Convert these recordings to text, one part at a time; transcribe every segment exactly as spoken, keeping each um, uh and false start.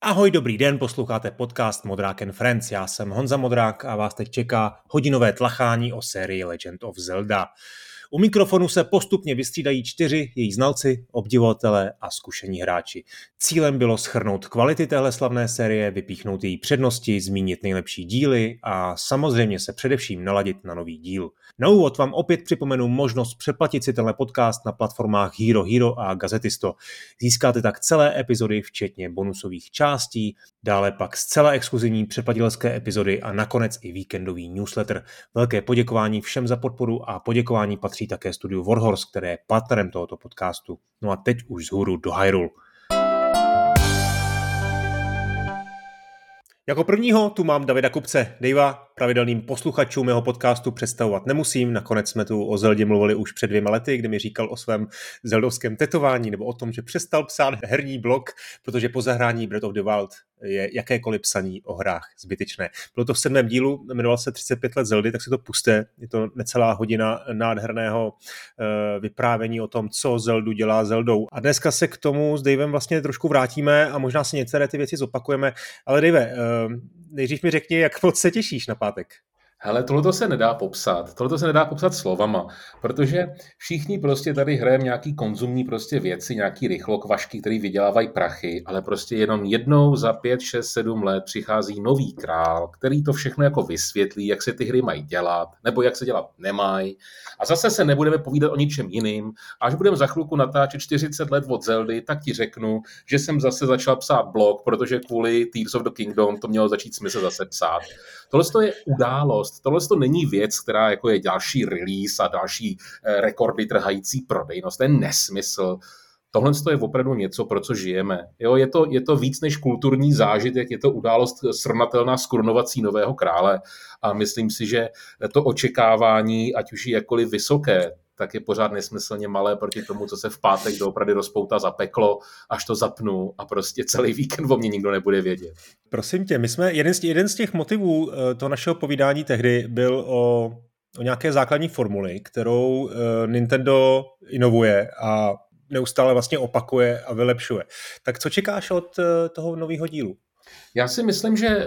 Ahoj, dobrý den, posloucháte podcast Modrák and Friends. Já jsem Honza Modrák a vás teď čeká hodinové tlachání o sérii Legend of Zelda. U mikrofonu se postupně vystřídají čtyři její znalci, obdivovatelé a zkušení hráči. Cílem bylo shrnout kvality téhle slavné série, vypíchnout její přednosti, zmínit nejlepší díly a samozřejmě se především naladit na nový díl. Na úvod vám opět připomenu možnost přeplatit si tenhle podcast na platformách Hero Hero a Gazetisto. Získáte tak celé epizody, včetně bonusových částí, dále pak zcela exkluzivní předplatitelské epizody a nakonec i víkendový newsletter. Velké poděkování všem za podporu a poděkování patří také studiu Warhorse, které je partnerem tohoto podcastu. No a teď už vzhůru do Hyrule. Jako prvního tu mám Davida Kupce. Dejva, pravidelným posluchačům jeho podcastu představovat nemusím. Nakonec jsme tu o Zeldě mluvili už před dvěma lety, kdy mi říkal o svém zeldovském tetování nebo o tom, že přestal psát herní blog, protože po zahrání Breath of the Wild je jakékoliv psaní o hrách zbytečné. Bylo to v sedmém dílu, jmenoval se třicet pět let Zeldy, tak si to puste. Je to necelá hodina nádherného uh, vyprávění o tom, co Zeldu dělá Zeldou. A dneska se k tomu s Davem vlastně trošku vrátíme a možná si některé ty věci zopakujeme. Ale Dave, uh, nejdřív mi řekni, jak moc se těšíš na pátek. Hele, tohleto se nedá popsat. Tohleto se nedá popsat slovama, protože všichni prostě tady hrajeme nějaký konzumní prostě věci, nějaký rychlokvašky, který vydělávají prachy, ale prostě jenom jednou za pět, šest, sedm let přichází nový král, který to všechno jako vysvětlí, jak se ty hry mají dělat, nebo jak se dělat nemají. A zase se nebudeme povídat o ničem jiným. Až budeme za chvilku natáčet čtyřicet let od Zeldy, tak ti řeknu, že jsem zase začal psát blog, protože kvůli Tears of the Kingdom to mělo začít smysl zase psát. Tohle je událost. Tohle to není věc, která jako je další release a další eh, rekordy trhající prodejnost. To je nesmysl. Tohle je opravdu něco, pro co žijeme. Jo, je, to, je to víc než kulturní zážitek, je to událost srovnatelná s korunovací nového krále. A myslím si, že to očekávání, ať už je jakkoliv vysoké, tak je pořád nesmyslně malé proti tomu, co se v pátek doopravdy rozpoutá za peklo, až to zapnu a prostě celý víkend o mě nikdo nebude vědět. Prosím tě, my jsme, jeden z, jeden z těch motivů toho našeho povídání tehdy byl o, o nějaké základní formuli, kterou Nintendo inovuje a neustále vlastně opakuje a vylepšuje. Tak co čekáš od toho nového dílu? Já si myslím, že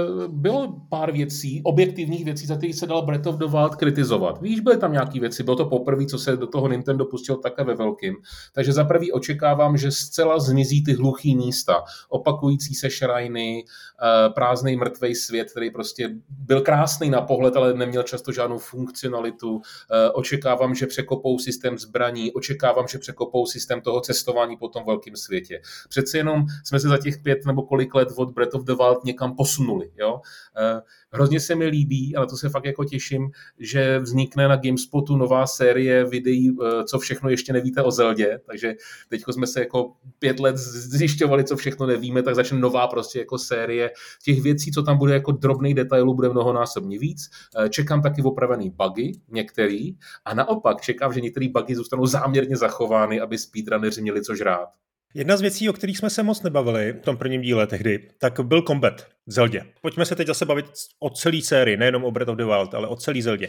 bylo pár věcí, objektivních věcí, za kterých se dal Breath of the Wild kritizovat. Víš, byly tam nějaké věci, bylo to poprvé, co se do toho Nintendo pustil také ve velkým. Takže za prvý očekávám, že zcela zmizí ty hluchý místa, opakující se šrajny, prázdnej mrtvej svět, který prostě byl krásný na pohled, ale neměl často žádnou funkcionalitu. Očekávám, že překopou systém zbraní, očekávám, že překopou systém toho cestování po tom velkém světě. Přece jenom jsme se za těch pět nebo kolik let od Breath of the Wild někam posunuli. Jo? Eh, hrozně se mi líbí, ale to se fakt jako těším, že vznikne na GameSpotu nová série videí, eh, co všechno ještě nevíte o Zeldě, takže teďko jsme se jako pět let zjišťovali, co všechno nevíme, tak začne nová prostě jako série těch věcí, co tam bude jako drobných detailů, bude mnohonásobně víc. Eh, čekám taky opravený bugy, některý, a naopak čekám, že některé bugy zůstanou záměrně zachovány, aby speedrunneři měli co žrát. Jedna z věcí, o kterých jsme se moc nebavili v tom prvním díle tehdy, tak byl combat v Zeldě. Pojďme se teď zase bavit o celé sérii, nejenom o Breath of the Wild, ale o celé Zeldě.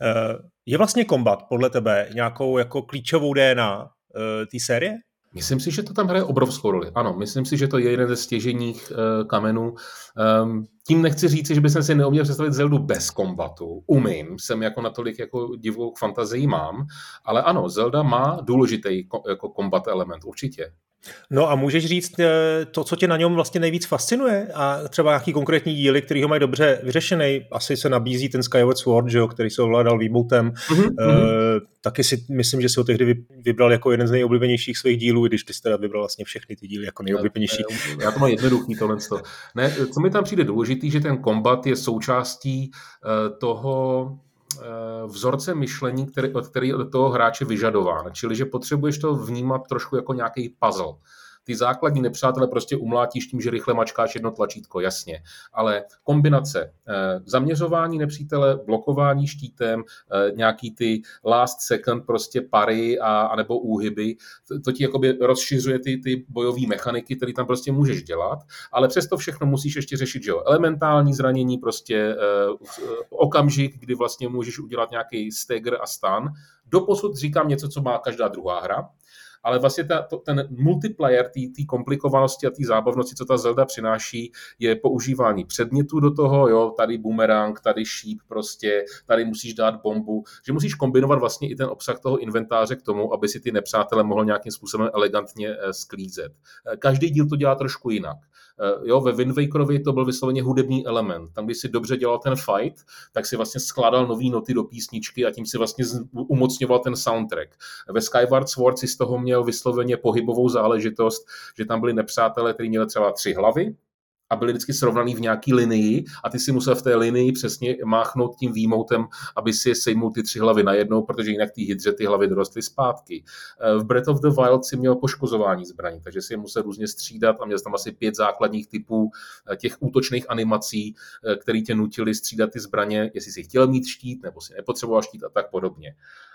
Je vlastně combat podle tebe nějakou jako klíčovou D N A té série? Myslím si, že to tam hraje obrovskou roli. Ano, myslím si, že to je jeden ze stěžejních uh, kamenů. Um, tím nechci říct, že bych si neuměl představit Zeldu bez kombatu. Umím, jsem jako natolik jako divou fantazii mám, ale ano, Zelda má důležitý jako kombat element, určitě. No a můžeš říct to, co tě na něm vlastně nejvíc fascinuje a třeba nějaký konkrétní díly, který ho mají dobře vyřešený. Asi se nabízí ten Skyward Sword, že jo, který se ovládal výmoutem. Mm-hmm. E, taky si myslím, že si ho tehdy vybral jako jeden z nejoblíbenějších svých dílů, když ty jsi teda vybral vlastně všechny ty díly jako nejoblíbenější. Já, já to mám jednoduchý tohle. Ne, co mi tam přijde důležitý, že ten kombat je součástí uh, toho vzorce myšlení, který, od který od toho hráče vyžadován. Čili, že potřebuješ to vnímat trošku jako nějaký puzzle. Ty základní nepřátelé prostě umlátíš tím, že rychle mačkáš jedno tlačítko, jasně. Ale kombinace eh, zaměřování nepřítele, blokování štítem, eh, nějaký ty last second prostě pary a, anebo úhyby, to, to ti jakoby rozšiřuje ty, ty bojové mechaniky, které tam prostě můžeš dělat, ale přesto všechno musíš ještě řešit, že jo, elementální zranění, prostě eh, okamžik, kdy vlastně můžeš udělat nějaký stagger a stun. Doposud říkám něco, co má každá druhá hra. ale vlastně ta, to, ten multiplayer, té komplikovanosti a té zábavnosti, co ta Zelda přináší, je používání předmětů do toho, jo, tady bumerang, tady šíp prostě, tady musíš dát bombu, že musíš kombinovat vlastně i ten obsah toho inventáře k tomu, aby si ty nepřátele mohl nějakým způsobem elegantně sklízet. Každý díl to dělá trošku jinak. Jo, ve Wind Wakerovi to byl vysloveně hudební element. Tam, když si dobře dělal ten fight, tak si vlastně skládal nový noty do písničky a tím si vlastně umocňoval ten soundtrack. Ve Skyward Sword si z toho měl vysloveně pohybovou záležitost, že tam byli nepřátelé, kteří měli třeba tři hlavy a byli vždycky srovnaný v nějaký linii a ty si musel v té linii přesně máchnout tím výmoutem, aby si sejmul ty tři hlavy najednou, protože jinak ty hydře ty hlavy dorostly zpátky. V Breath of the Wild si měl poškozování zbraní, takže si je musel různě střídat a měl tam asi pět základních typů těch útočných animací, které tě nutily střídat ty zbraně, jestli si chtěl mít štít nebo si nepotřeboval štít a tak podobně.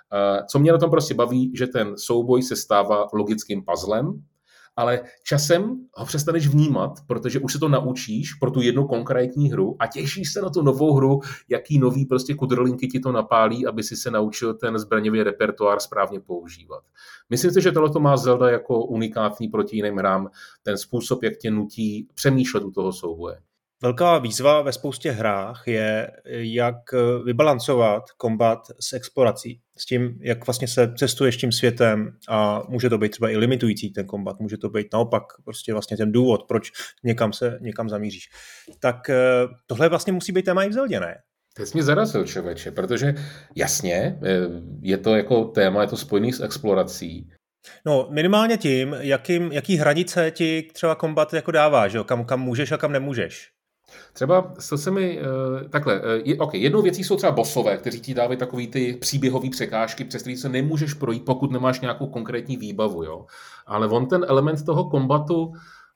Co mě na tom prostě baví, že ten souboj se stává logickým puzzlem, ale časem ho přestaneš vnímat, protože už se to naučíš pro tu jednu konkrétní hru a těšíš se na tu novou hru, jaký nový prostě kudrlinky ti to napálí, aby si se naučil ten zbraňový repertoár správně používat. Myslím si, že tohle má Zelda jako unikátní proti jiným hrám, ten způsob, jak tě nutí přemýšlet u toho souboje. Velká výzva ve spoustě hrách je, jak vybalancovat kombat s explorací. S tím, jak vlastně se cestuješ tím světem a může to být třeba i limitující ten kombat, může to být naopak prostě vlastně ten důvod, proč někam se někam zamíříš. Tak tohle vlastně musí být téma i v Zeldě, ne? Teď jsi mě zarazil, člověče, protože jasně, je to jako téma, je to spojený s explorací. No, minimálně tím, jakým, jaký hranice ti třeba kombat jako dává, že jo? Kam, kam můžeš a kam nemůžeš. Třeba to se mi, uh, takhle, uh, okay, jednou věcí jsou třeba bossové, kteří ti dávají takový ty příběhové překážky, přes který se nemůžeš projít, pokud nemáš nějakou konkrétní výbavu, jo. Ale on ten element toho kombatu,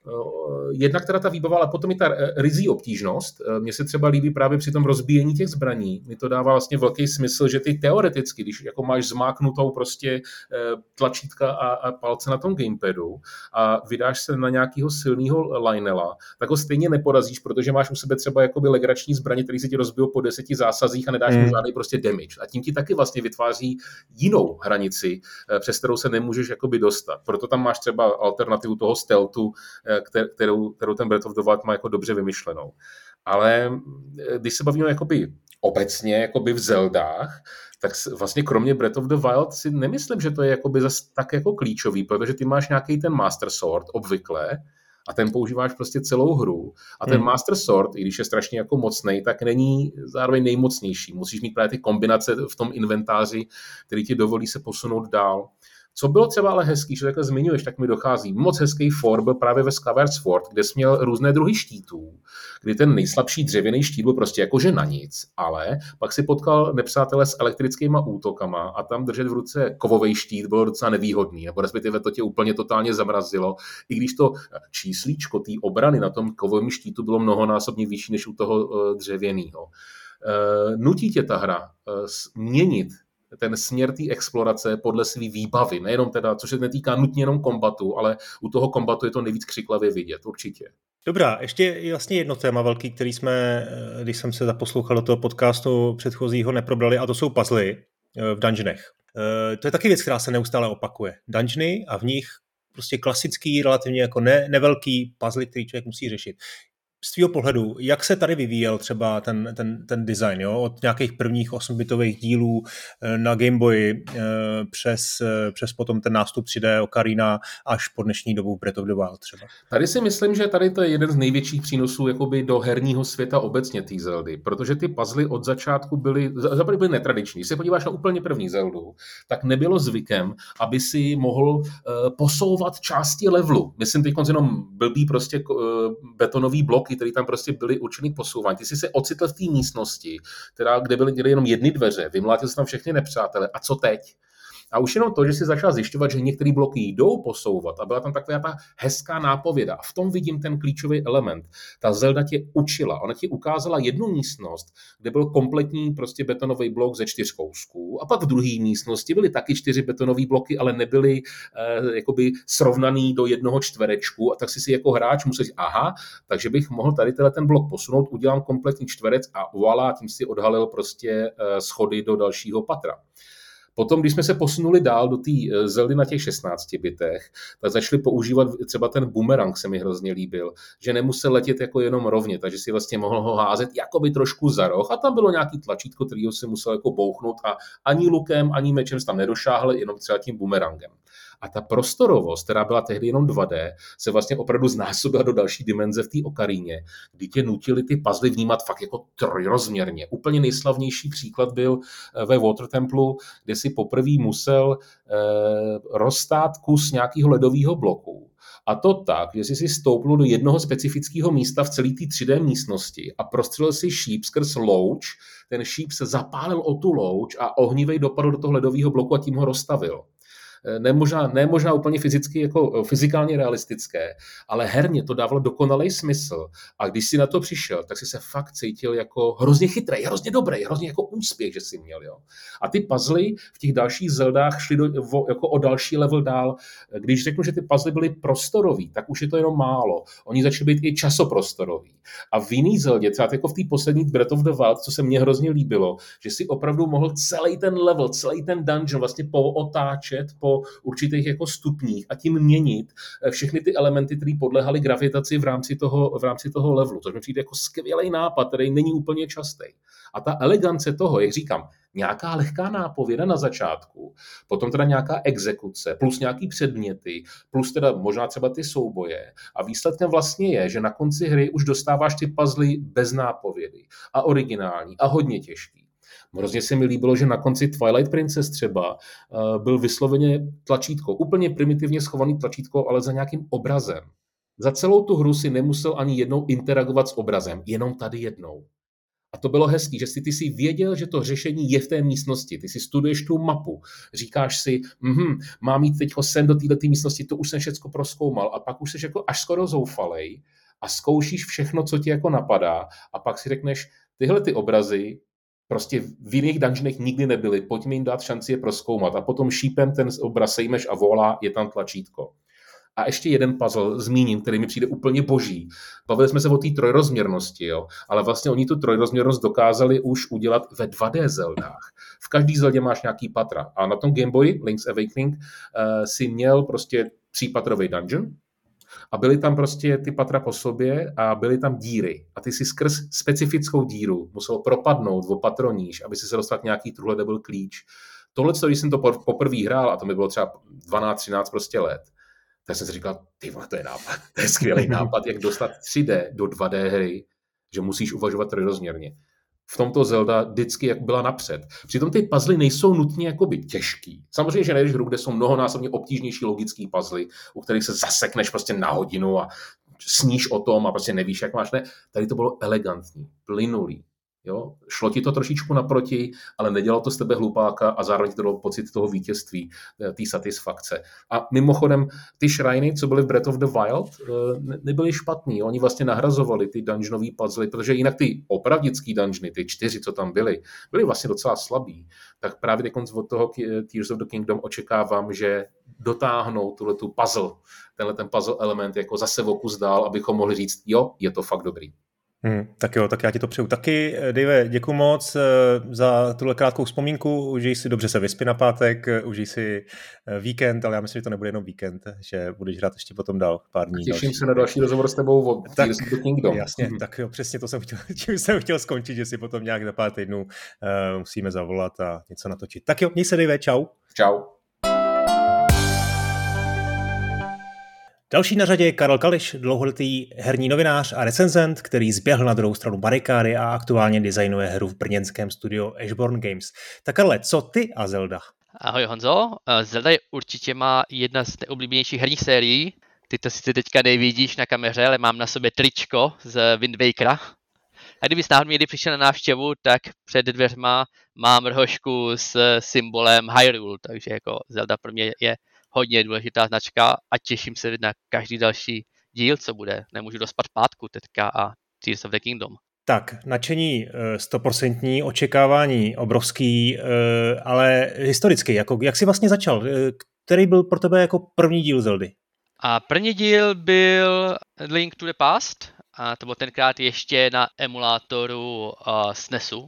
jednak teda ta výbava, ale potom i ta rizí obtížnost. Mně se třeba líbí právě při tom rozbíjení těch zbraní. Mi to dává vlastně velký smysl, že ty teoreticky, když jako máš zmáknutou prostě tlačítka a, a palce na tom gamepadu a vydáš se na nějakého silného Lionela, tak ho stejně neporazíš, protože máš u sebe třeba jakoby legrační zbraně, které se ti rozbijou po deseti zásazích a nedáš mu hmm. žádný prostě damage. A tím ti taky vlastně vytváří jinou hranici, přes kterou se nemůžeš jakoby dostat. Proto tam máš třeba alternativu toho stealthu, Kterou, kterou ten Breath of the Wild má jako dobře vymyšlenou. Ale když se bavíme jakoby obecně jakoby v Zeldách, tak vlastně kromě Breath of the Wild si nemyslím, že to je jakoby zas tak jako klíčový, protože ty máš nějaký ten Master Sword obvykle a ten používáš prostě celou hru a ten hmm. Master Sword, i když je strašně jako mocnej, tak není zároveň nejmocnější. Musíš mít právě ty kombinace v tom inventáři, který ti dovolí se posunout dál. Co bylo třeba ale hezký, že takhle zmiňuješ, tak mi dochází. Moc hezký for byl právě ve Skyward Sword, kde jsi měl různé druhy štítů, kdy ten nejslabší dřevěný štít byl prostě jakože na nic, ale pak si potkal nepřátele s elektrickýma útokama a tam držet v ruce kovový štít bylo docela nevýhodný, nebo respektive to tě úplně totálně zamrazilo, i když to číslíčko té obrany na tom kovovém štítu bylo mnohonásobně vyšší než u toho dřevěného. Nutí tě ta hra měnit ten směr té explorace podle svý výbavy, nejenom teda, což se netýká nutně jenom kombatu, ale u toho kombatu je to nejvíc křiklavě vidět, určitě. Dobrá, ještě vlastně jedno téma velký, který jsme, když jsem se zaposlouchal do toho podcastu předchozího, neprobrali, a to jsou puzzly v dungeonech. To je taky věc, která se neustále opakuje. Dungeony a v nich prostě klasický, relativně jako ne, nevelký puzzle, který člověk musí řešit. Z tvýho pohledu, jak se tady vyvíjel třeba ten, ten, ten design, jo? Od nějakých prvních osmbitových dílů na Game Boy přes, přes potom ten nástup tři dé Ocarina až po dnešní dobu Breath of the Wild třeba? Tady si myslím, že tady to je jeden z největších přínosů jakoby do herního světa obecně té Zeldy, protože ty puzzly od začátku byly, zaprvé byly netradiční. Když se podíváš na úplně první Zeldu, tak nebylo zvykem, aby si mohl uh, posouvat části levelu. Myslím teď jenom blbý prostě uh, betonový blok, které tam prostě byly určený posouvání. Ty jsi se ocitl v té místnosti, která, kde byly, byly jenom jedny dveře, vymlátil jsi tam všechny nepřátele. A co teď? A už jenom to, že si začal zjišťovat, že některé bloky jdou posouvat a byla tam taková ta hezká nápověda. A v tom vidím ten klíčový element. Ta Zelda tě učila. Ona ti ukázala jednu místnost, kde byl kompletní prostě betonový blok ze čtyř kousků. A pak v druhé místnosti byly taky čtyři betonové bloky, ale nebyly eh, jakoby srovnaný do jednoho čtverečku. A tak si si jako hráč musel říct, aha, takže bych mohl tady ten blok posunout, udělám kompletní čtverec a voilà, tím si odhalil prostě eh, schody do dalšího patra. Potom, když jsme se posunuli dál do té Zeldy na těch šestnácti bitech, tak začali používat třeba ten bumerang, se mi hrozně líbil, že nemusel letět jako jenom rovně, takže si vlastně mohl ho házet jakoby trošku za roh a tam bylo nějaký tlačítko, kterýho si musel jako bouchnout a ani lukem, ani mečem tam nedošáhl, jenom třeba tím bumerangem. A ta prostorovost, která byla tehdy jenom dva dé, se vlastně opravdu znásobila do další dimenze v té Okaríně, kdy tě nutili ty puzzle vnímat fakt jako trojrozměrně. Úplně nejslavnější příklad byl ve Water Templu, kde si poprvé musel eh, roztát kus nějakého ledového bloku. A to tak, že jsi si stoupnul do jednoho specifického místa v celé té tři dé místnosti a prostřelil si šíp skrz louč, ten šíp se zapálil o tu louč a ohnivej dopadl do toho ledového bloku a tím ho roztavil. Ne možná, ne možná úplně fyzicky, jako fyzikálně realistické, ale herně to dávalo dokonalý smysl. A když si na to přišel, tak si se fakt cítil jako hrozně chytrý, hrozně dobrý, hrozně jako úspěch, že jsi měl. Jo. A ty puzzle v těch dalších Zeldách šly do, jako o další level dál. Když řeknu, že ty puzzle byly prostorový, tak už je to jenom málo. Oni začali být i časoprostorový. A v jiný Zeldě, třeba jako v té poslední Breath of the Wild, co se mně hrozně líbilo, že si opravdu mohl celý ten level, celý ten dungeon vlastně pootáčet po určitých jako stupních a tím měnit všechny ty elementy, které podléhaly gravitaci v rámci toho, v rámci toho levelu. To mi přijde jako skvělý nápad, který není úplně častý. A ta elegance toho, jak říkám, nějaká lehká nápověda na začátku, potom teda nějaká exekuce, plus nějaký předměty, plus teda možná třeba ty souboje. A výsledkem vlastně je, že na konci hry už dostáváš ty puzzly bez nápovědy a originální a hodně těžký. Hrozně se mi líbilo, že na konci Twilight Princess třeba uh, byl vysloveně tlačítko, úplně primitivně schovaný tlačítko, ale za nějakým obrazem. Za celou tu hru si nemusel ani jednou interagovat s obrazem, jenom tady jednou. A to bylo hezký, že si ty si věděl, že to řešení je v té místnosti. Ty si studuješ tu mapu, říkáš si, mhm, mám jít teďko sem do této místnosti, to už jsem všechno prozkoumal a pak už jsi jako až skoro zoufalej a zkoušíš všechno, co ti jako napadá a pak si řekneš, tyhle ty obrazy prostě v jiných dungeonech nikdy nebyly, pojďme jim dát šanci je prozkoumat a potom šípem ten obraz sejmeš a volá, je tam tlačítko. A ještě jeden puzzle zmíním, který mi přijde úplně boží. Bavili jsme se o té trojrozměrnosti, jo? Ale vlastně oni tu trojrozměrnost dokázali už udělat ve dva dé Zeldách. V každý Zeldě máš nějaký patra. A na tom Game Boy, Link's Awakening, uh, si měl prostě třípatrový dungeon, a byly tam prostě ty patra po sobě a byly tam díry. A ty si skrz specifickou díru musel propadnout o patro níž, aby si se dostal k nějaký truhle, kde byl klíč. Tohle, když jsem to poprvé hrál, a to mi bylo třeba dvanáct třináct prostě let, tak jsem si říkal, ty vole, to je nápad. To je skvělý nápad, jak dostat tři dé do dva dé hry, že musíš uvažovat trojrozměrně. V tomto Zelda vždycky jak byla napřed. Přitom ty puzzle nejsou nutně jakoby těžký. Samozřejmě, že nejdeš hru, kde jsou mnohonásobně obtížnější logický puzzle, u kterých se zasekneš prostě na hodinu a sníš o tom a prostě nevíš, jak máš. Ne. Tady to bylo elegantní, plynulý. Jo? Šlo ti to trošičku naproti, ale nedělalo to z tebe hlupáka a zároveň to dalo pocit toho vítězství, té satisfakce. A mimochodem, ty shriny, co byly v Breath of the Wild, nebyly špatný. Oni vlastně nahrazovali ty dungeonový puzzle, protože jinak ty opravdický dungeony, ty čtyři, co tam byly, byly vlastně docela slabý. Tak právě teď od toho Tears of the Kingdom očekávám, že dotáhnou tuhletu puzzle, tenhle ten puzzle element jako zase o kus dál, abychom mohli říct, jo, je to fakt dobrý. Hmm, tak jo, tak já ti to přeju taky. Dave, děkuji moc za tuhle krátkou vzpomínku. Užij si dobře se vyspí na pátek, užij si víkend, ale já myslím, že to nebude jenom víkend, že budeš hrát ještě potom dál pár dní. Těším další. se na další rozhovor s tebou o Tears of the Kingdom. Jasně, hmm. tak jo, přesně to jsem chtěl, tím jsem chtěl skončit, že si potom nějak za pár týdnů uh, musíme zavolat a něco natočit. Tak jo, měj se, Dave, čau. Čau. Další na řadě je Karel Kališ, dlouholetý herní novinář a recenzent, který zběhl na druhou stranu barikády a aktuálně designuje hru v brněnském studiu Ashborn Games. Tak Karle, co ty a Zelda? Ahoj Honzo, Zelda je určitě má jedna z nejoblíbenějších herních sérií. Ty to sice teďka nevidíš na kameře, ale mám na sobě tričko z Wind Wakera. A kdybys náhodou někdy přišel na návštěvu, tak před dveřma mám rhošku s symbolem Hyrule, takže jako Zelda pro mě je hodně důležitá značka a těším se na každý další díl, co bude. Nemůžu dospat pátku teďka a Tears of the Kingdom. Tak, nadšení stoprocentní, očekávání obrovský, ale historicky, jako, jak jsi vlastně začal? Který byl pro tebe jako první díl Zeldy? A první díl byl Link to the Past a to byl tenkrát ještě na emulátoru uh, SNESu,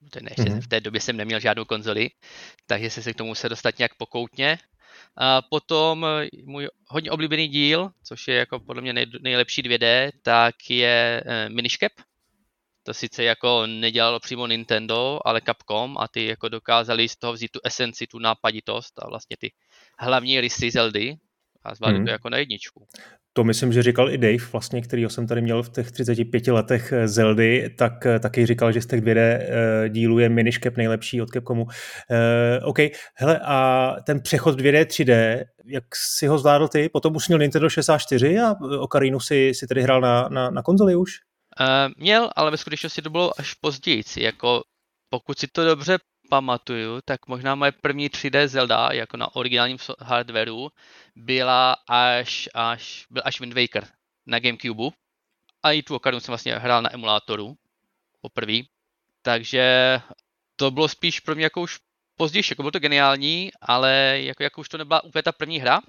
Ten ještě mm-hmm. v té době jsem neměl žádnou konzoli, takže jsem se k tomu musel dostat nějak pokoutně. A potom můj hodně oblíbený díl, což je jako podle mě nej, nejlepší dvě dé, tak je eh, Minish Cap. To sice jako nedělalo přímo Nintendo, ale Capcom a ty jako dokázali z toho vzít tu esenci, tu nápaditost a vlastně ty hlavní rysy Zeldy a zvládli mm. to jako na jedničku. To myslím, že říkal i Dave, vlastně, kterýho jsem tady měl v těch třiceti pěti letech Zeldy, tak taky říkal, že z těch dvě dé dílů je Minish Cap nejlepší od Capcomu. Uh, OK, hele, a ten přechod dvě dé, tři dé, jak si ho zvládl ty? Potom už měl Nintendo šedesát čtyři a Ocarinu si, si tedy hrál na, na, na konzoli už? Uh, měl, ale ve skutečnosti to bylo až později. Jako, pokud si to dobře pamatuju, tak možná moje první tři dé Zelda, jako na originálním hardwareu, byla až, až, byl až Wind Waker na Gamecube. A i tu Ocarinu jsem vlastně hrál na emulátoru poprvé. Takže to bylo spíš pro mě jako už později, jako bylo to geniální, ale jako, jako už to nebyla úplně ta první hra,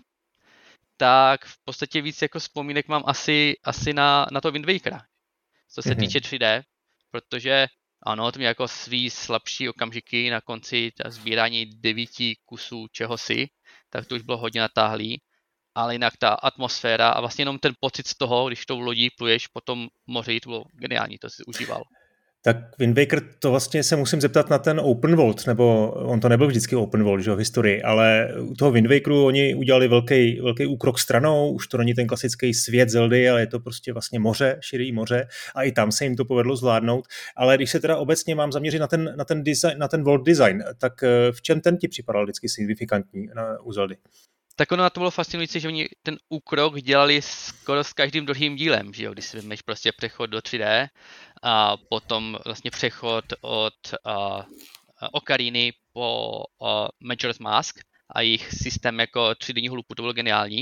tak v podstatě víc jako vzpomínek mám asi, asi na, na to Wind Wakera, co se mm-hmm. týče tři dé, protože ano, to mě jako svý slabší okamžiky na konci sbírání devíti kusů čehosi, tak to už bylo hodně natáhlý, ale jinak ta atmosféra a vlastně jenom ten pocit z toho, když tou lodí pluješ po tom moři, to bylo geniální, to si užíval. Tak Wind Waker, to vlastně se musím zeptat na ten open world, nebo on to nebyl vždycky open world, že, v historii, ale u toho Wind Wakeru oni udělali velký, velký úkrok stranou, už to není ten klasický svět Zeldy, ale je to prostě vlastně moře, širý moře a i tam se jim to povedlo zvládnout, ale když se teda obecně mám zaměřit na ten, na ten, design, na ten world design, tak v čem ten ti připadal vždycky signifikantní na, u Zeldy? Tak ono na to bylo fascinující, že oni ten úkrok dělali skoro s každým druhým dílem, že jo, když si vezmeš prostě přechod do tři dé a potom vlastně přechod od uh, Ocariny po uh, Majora's Mask a jejich systém jako tři déního loopu, to bylo geniální.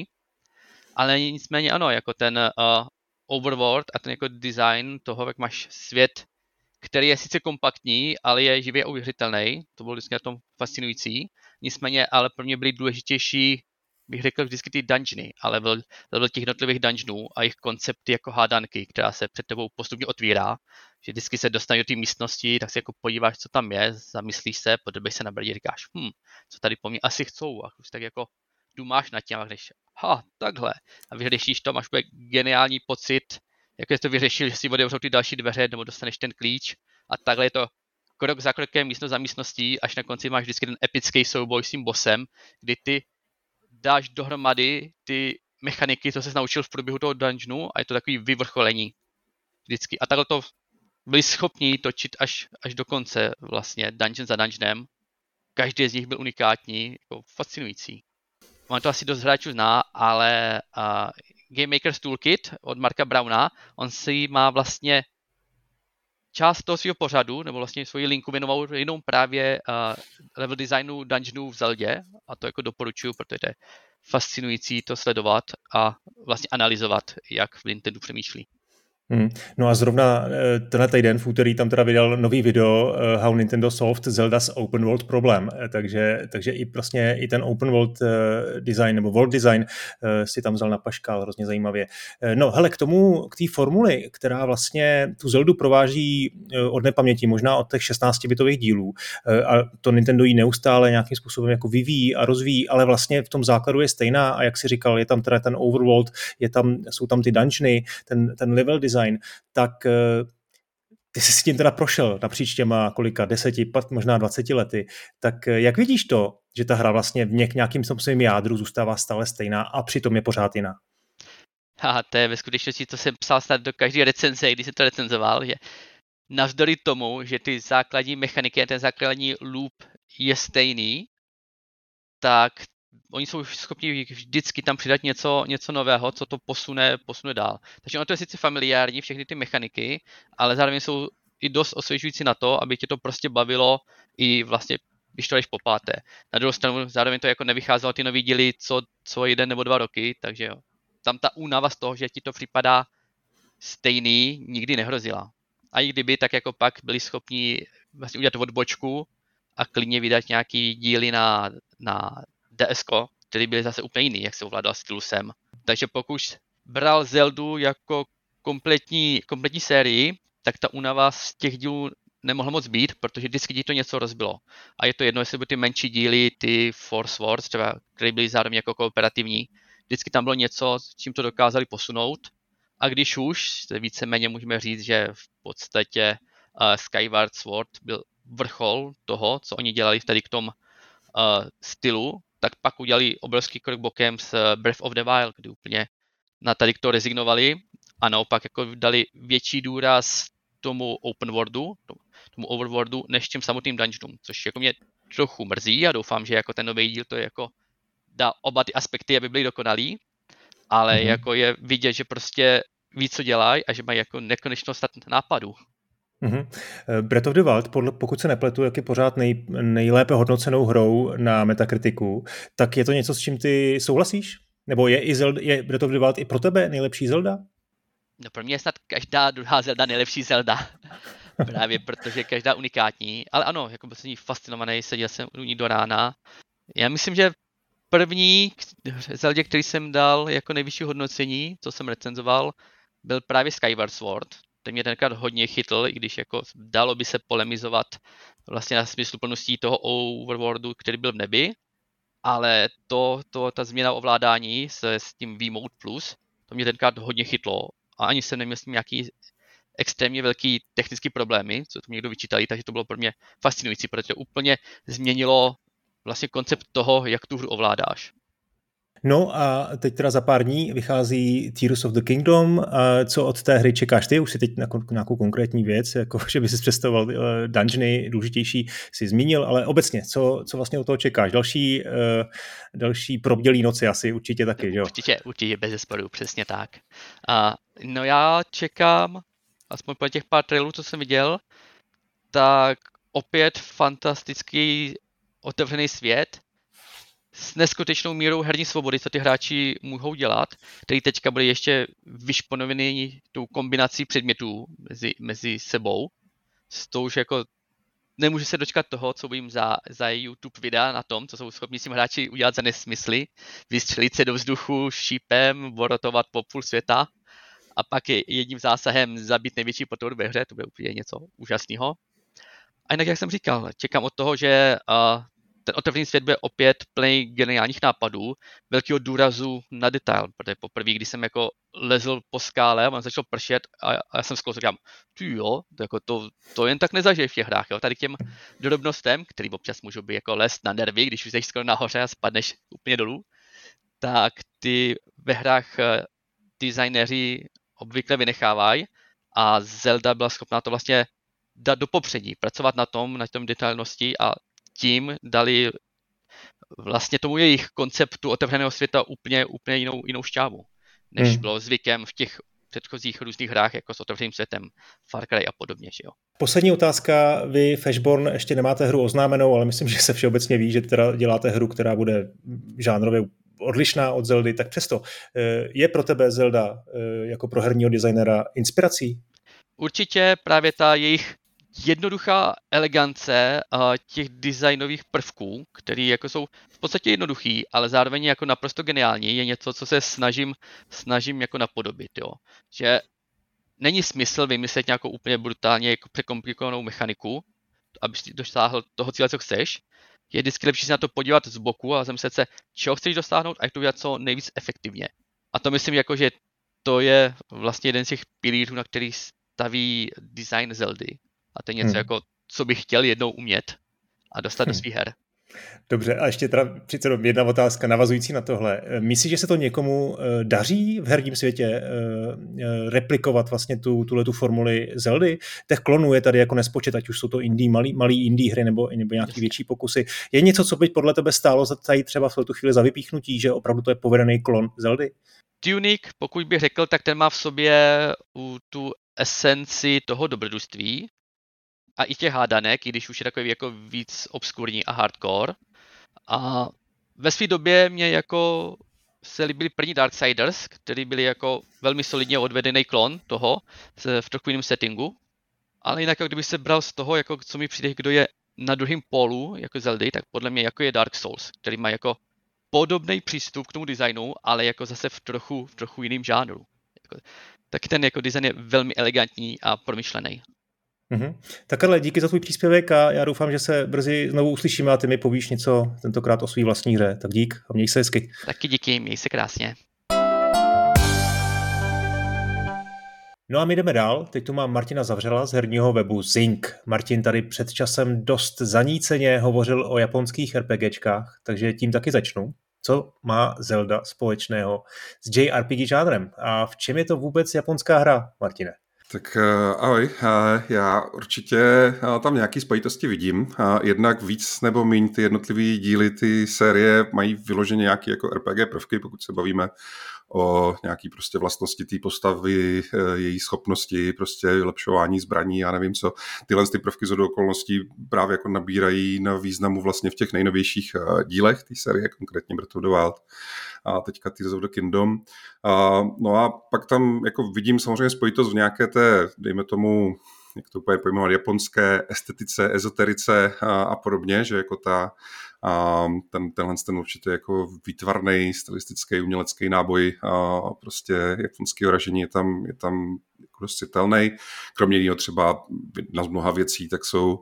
Ale nicméně ano, jako ten uh, overworld a ten jako design toho, jak máš svět, který je sice kompaktní, ale je živě uvěřitelný, to bylo vždycky na tom fascinující. Nicméně ale pro mě byly důležitější, bych řekl vždycky ty dungeony, ale level, level těch jednotlivých dungeonů a jejich koncepty jako hádanky, která se před tebou postupně otvírá, že vždycky se dostaneš do té místnosti, tak si jako podíváš, co tam je, zamyslíš se, podrbeš se na brdě, říkáš, hm, co tady po mně asi chcou, a už tak jako dumáš nad tím a když, ha, takhle, a vyřešíš to, máš geniální pocit, jak jsi to vyřešil, že si otevřou ty další dveře, nebo dostaneš ten klíč a takhle je to krok za krokem, místnost za místností, až na konci máš vždycky ten epický souboj s tím bossem, kdy ty dáš dohromady ty mechaniky, co se naučil v průběhu toho dungeonu a je to takový vyvrcholení vždycky. A takhle to byli schopni točit až, až do konce vlastně, dungeon za dungeonem. Každý z nich byl unikátní, jako fascinující. On to asi dost hráčů zná, ale uh, Game Maker's Toolkit od Marka Browna, on si má vlastně část toho svého pořadu, nebo vlastně svoji linku věnoval jenom právě uh, level designu dungeonů v Zeldě a to jako doporučuji, protože to je fascinující to sledovat a vlastně analyzovat, jak v Nintendo přemýšlí. Hmm. No a zrovna tenhle týden v úterý tam teda vydal nový video uh, How Nintendo Solved Zelda's Open World Problem, takže, takže i vlastně i ten Open World uh, design nebo World design uh, si tam vzal na paškál hrozně zajímavě. Uh, no hele, k tomu, k té formuli, která vlastně tu Zeldu prováží uh, od nepaměti, možná od těch šestnáctibitových dílů uh, a to Nintendo ji neustále nějakým způsobem jako vyvíjí a rozvíjí, ale vlastně v tom základu je stejná a jak si říkal, je tam teda ten overworld, je tam, jsou tam ty dungeony, ten, ten level design, tak ty jsi s tím teda prošel napříč těma kolika, deseti, pat, možná dvaceti lety, tak jak vidíš to, že ta hra vlastně v něk, nějakým svým jádru zůstává stále stejná a přitom je pořád jiná? Haha, to je ve skutečnosti, to jsem psal snad do každé recenze, když jsem to recenzoval, že navzdory tomu, že ty základní mechaniky a ten základní loop je stejný, tak oni jsou schopni vždycky tam přidat něco, něco nového, co to posune, posune dál. Takže ono to je sice familiární, všechny ty mechaniky, ale zároveň jsou i dost osvěžující na to, aby tě to prostě bavilo i vlastně, když to jdeš po páté. Na druhou stranu zároveň to jako nevycházelo ty nový díly co, co jeden nebo dva roky, takže jo. Tam ta únava z toho, že ti to připadá stejný, nikdy nehrozila. A i kdyby, tak jako pak byli schopni vlastně udělat odbočku a klidně vydat nějaký díly na, na D S ko, který byly zase úplně jiný, jak se ovládal stylusem. Takže pokud bral Zeldu jako kompletní, kompletní sérii, tak ta únava z těch dílů nemohlo moc být, protože vždycky ti to něco rozbilo. A je to jedno, jestli byly ty menší díly, ty Force Wars, třeba, které byly zároveň jako kooperativní. Vždycky tam bylo něco, s čím to dokázali posunout. A když už, víceméně můžeme říct, že v podstatě uh, Skyward Sword byl vrchol toho, co oni dělali tady k tom uh, stylu, tak pak udělali obrovský krok bokem s Breath of the Wild, kdy úplně na tady to rezignovali a naopak jako dali větší důraz tomu open worldu, tomu overworldu, než těm samotným dungeonům, což jako mě trochu mrzí a doufám, že jako ten nový díl to jako dá oba ty aspekty, aby byly dokonalý, ale mm-hmm. jako je vidět, že prostě ví, co dělají a že mají jako nekonečnost nápadů. Mm-hmm. Breath of the Wild, podle, pokud se nepletu, jak je pořád nej, nejlépe hodnocenou hrou na Metacriticu, tak je to něco, s čím ty souhlasíš? Nebo je, i Zelda, je Breath of the Wild i pro tebe nejlepší Zelda? No pro mě je snad každá druhá Zelda nejlepší Zelda. Právě protože každá unikátní. Ale ano, jako byl jsem jí fascinovaný, seděl jsem u ní do rána. Já myslím, že první Zeldě, který jsem dal jako nejvyšší hodnocení, co jsem recenzoval, byl právě Skyward Sword. Ten mě tenkrát hodně chytl, i když jako dalo by se polemizovat vlastně na smysluplností toho overworldu, který byl v nebi. Ale to, to, ta změna ovládání s, s tím V-Mode Plus, to mě tenkrát hodně chytlo. A ani jsem neměl s tím nějaký extrémně velký technický problémy, co to někdo vyčítali, takže to bylo pro mě fascinující, protože úplně změnilo vlastně koncept toho, jak tu hru ovládáš. No a teď teda za pár dní vychází Tears of the Kingdom. Co od té hry čekáš ty? Už si teď na nějakou konkrétní věc, jako že by si představoval uh, dungeony důležitější, si zmínil, ale obecně, co, co vlastně od toho čekáš? Další, uh, další probdělý noci asi určitě taky, že jo? Určitě, určitě, bez zesporu, přesně tak. Uh, no já čekám, aspoň po těch pár trailů, co jsem viděl, tak opět fantastický otevřený svět, s neskutečnou mírou herní svobody, co ty hráči mohou dělat, který teďka byly ještě vyšponovený tou kombinací předmětů mezi, mezi sebou. S tou už jako nemůžu se dočkat toho, co budím za, za YouTube videa na tom, co jsou schopni s tím hráči udělat za nesmysly, vystřelit se do vzduchu šípem, borotovat po půl světa a pak je jedním zásahem zabít největší potvor ve hře, to bude úplně něco úžasného. A jinak, jak jsem říkal, čekám od toho, že uh, ten otevřený svět bude opět plný geniálních nápadů, velkého důrazu na detail, protože poprvé, když jsem jako lezl po skále a on začal pršet a, a já jsem skoro říkám, ty jo, to, jako to, to jen tak nezažiješ v těch hrách, jo, tady k těm drobnostem, který občas můžou být jako les na nervy, když už jsi skoro nahoře a spadneš úplně dolů, tak ty ve hrách designéři obvykle vynechávají a Zelda byla schopná to vlastně dát do popředí, pracovat na tom, na tom detailnosti a tím dali vlastně tomu jejich konceptu otevřeného světa úplně, úplně jinou, jinou šťávu, než hmm. bylo zvykem v těch předchozích různých hrách, jako s otevřeným světem, Far Cry a podobně. Že jo? Poslední otázka. Vy, Fashborn, ještě nemáte hru oznámenou, ale myslím, že se všeobecně ví, že teda děláte hru, která bude žánrově odlišná od Zeldy, tak přesto je pro tebe Zelda jako pro herního designera inspirací? Určitě právě ta jejich jednoduchá elegance těch designových prvků, které jako jsou v podstatě jednoduchý, ale zároveň jako naprosto geniální, je něco, co se snažím, snažím jako napodobit. Jo. Že není smysl vymyslet nějakou úplně brutálně jako překomplikovanou mechaniku, abys dosáhl toho cíle, co chceš. Je vždycky lepší se na to podívat z boku a zamyslet se, čeho chceš dosáhnout a jak to udělat co nejvíc efektivně. A to myslím, jako, že to je vlastně jeden z těch pilířů, na který staví design Zeldy. A to je něco, hmm. jako, co bych chtěl jednou umět a dostat hmm. do svých her. Dobře, a ještě teda přece jedna otázka navazující na tohle. Myslíš, že se to někomu daří v herním světě replikovat vlastně tu, tuhletu formuli Zeldy? Těch klonů je tady jako nespočet, ať už jsou to indie, malý, malý indie hry nebo, nebo nějaký větší pokusy. Je něco, co by podle tebe stálo za tady třeba v tu chvíli za vypíchnutí, že opravdu to je povedený klon Zeldy? Tunic, pokud bych řekl, tak ten má v sobě tu esenci toho dobrodružství, a i těch hádanek, i když už je takový jako víc obskurní a hardcore. A ve své době mě jako se líbili první Darksiders, který byli jako velmi solidně odvedený klon toho v trochu jiném settingu. Ale jinak, kdyby se bral z toho, jako co mi přijde, kdo je na druhém pólu jako Zeldy, tak podle mě jako je Dark Souls, který má jako podobný přístup k tomu designu, ale jako zase v trochu, v trochu jiném žánru. Jako, tak ten jako design je velmi elegantní a promyšlený. Mm-hmm. Tak Karle, díky za tvůj příspěvek a já doufám, že se brzy znovu uslyšíme a ty mi povíš něco tentokrát o svý vlastní hře. Tak dík a měj se hezky. Taky díky, měj se krásně. No a my jdeme dál. Teď tu mám Martina Zavřela z herního webu Zing. Martin tady před časem dost zaníceně hovořil o japonských RPGčkách, takže tím taky začnu. Co má Zelda společného s J R P G žánrem? A v čem je to vůbec japonská hra, Martine? Tak uh, ahoj, uh, já určitě uh, tam nějaký spojitosti vidím. Uh, jednak víc nebo míň ty jednotlivý díly, ty série mají vyloženě nějaké jako R P G prvky, pokud se bavíme o nějaký prostě vlastnosti té postavy, její schopnosti, prostě vylepšování zbraní, já nevím co. Tyhle ty prvky z okolností právě jako nabírají na významu vlastně v těch nejnovějších dílech té série, konkrétně Breath of the Wild a teďka Tears of the Kingdom. A, no a pak tam jako vidím samozřejmě spojitost v nějaké té, dejme tomu, jak to úplně pojmenovat, japonské estetice, ezoterice a, a podobně, že jako ta a ten, tenhle ten určitě jako výtvarný, stylistický, umělecký náboj a prostě japonského ražení je tam, je tam jako dost citelný. Kromě jiného třeba na mnoha věcí, tak jsou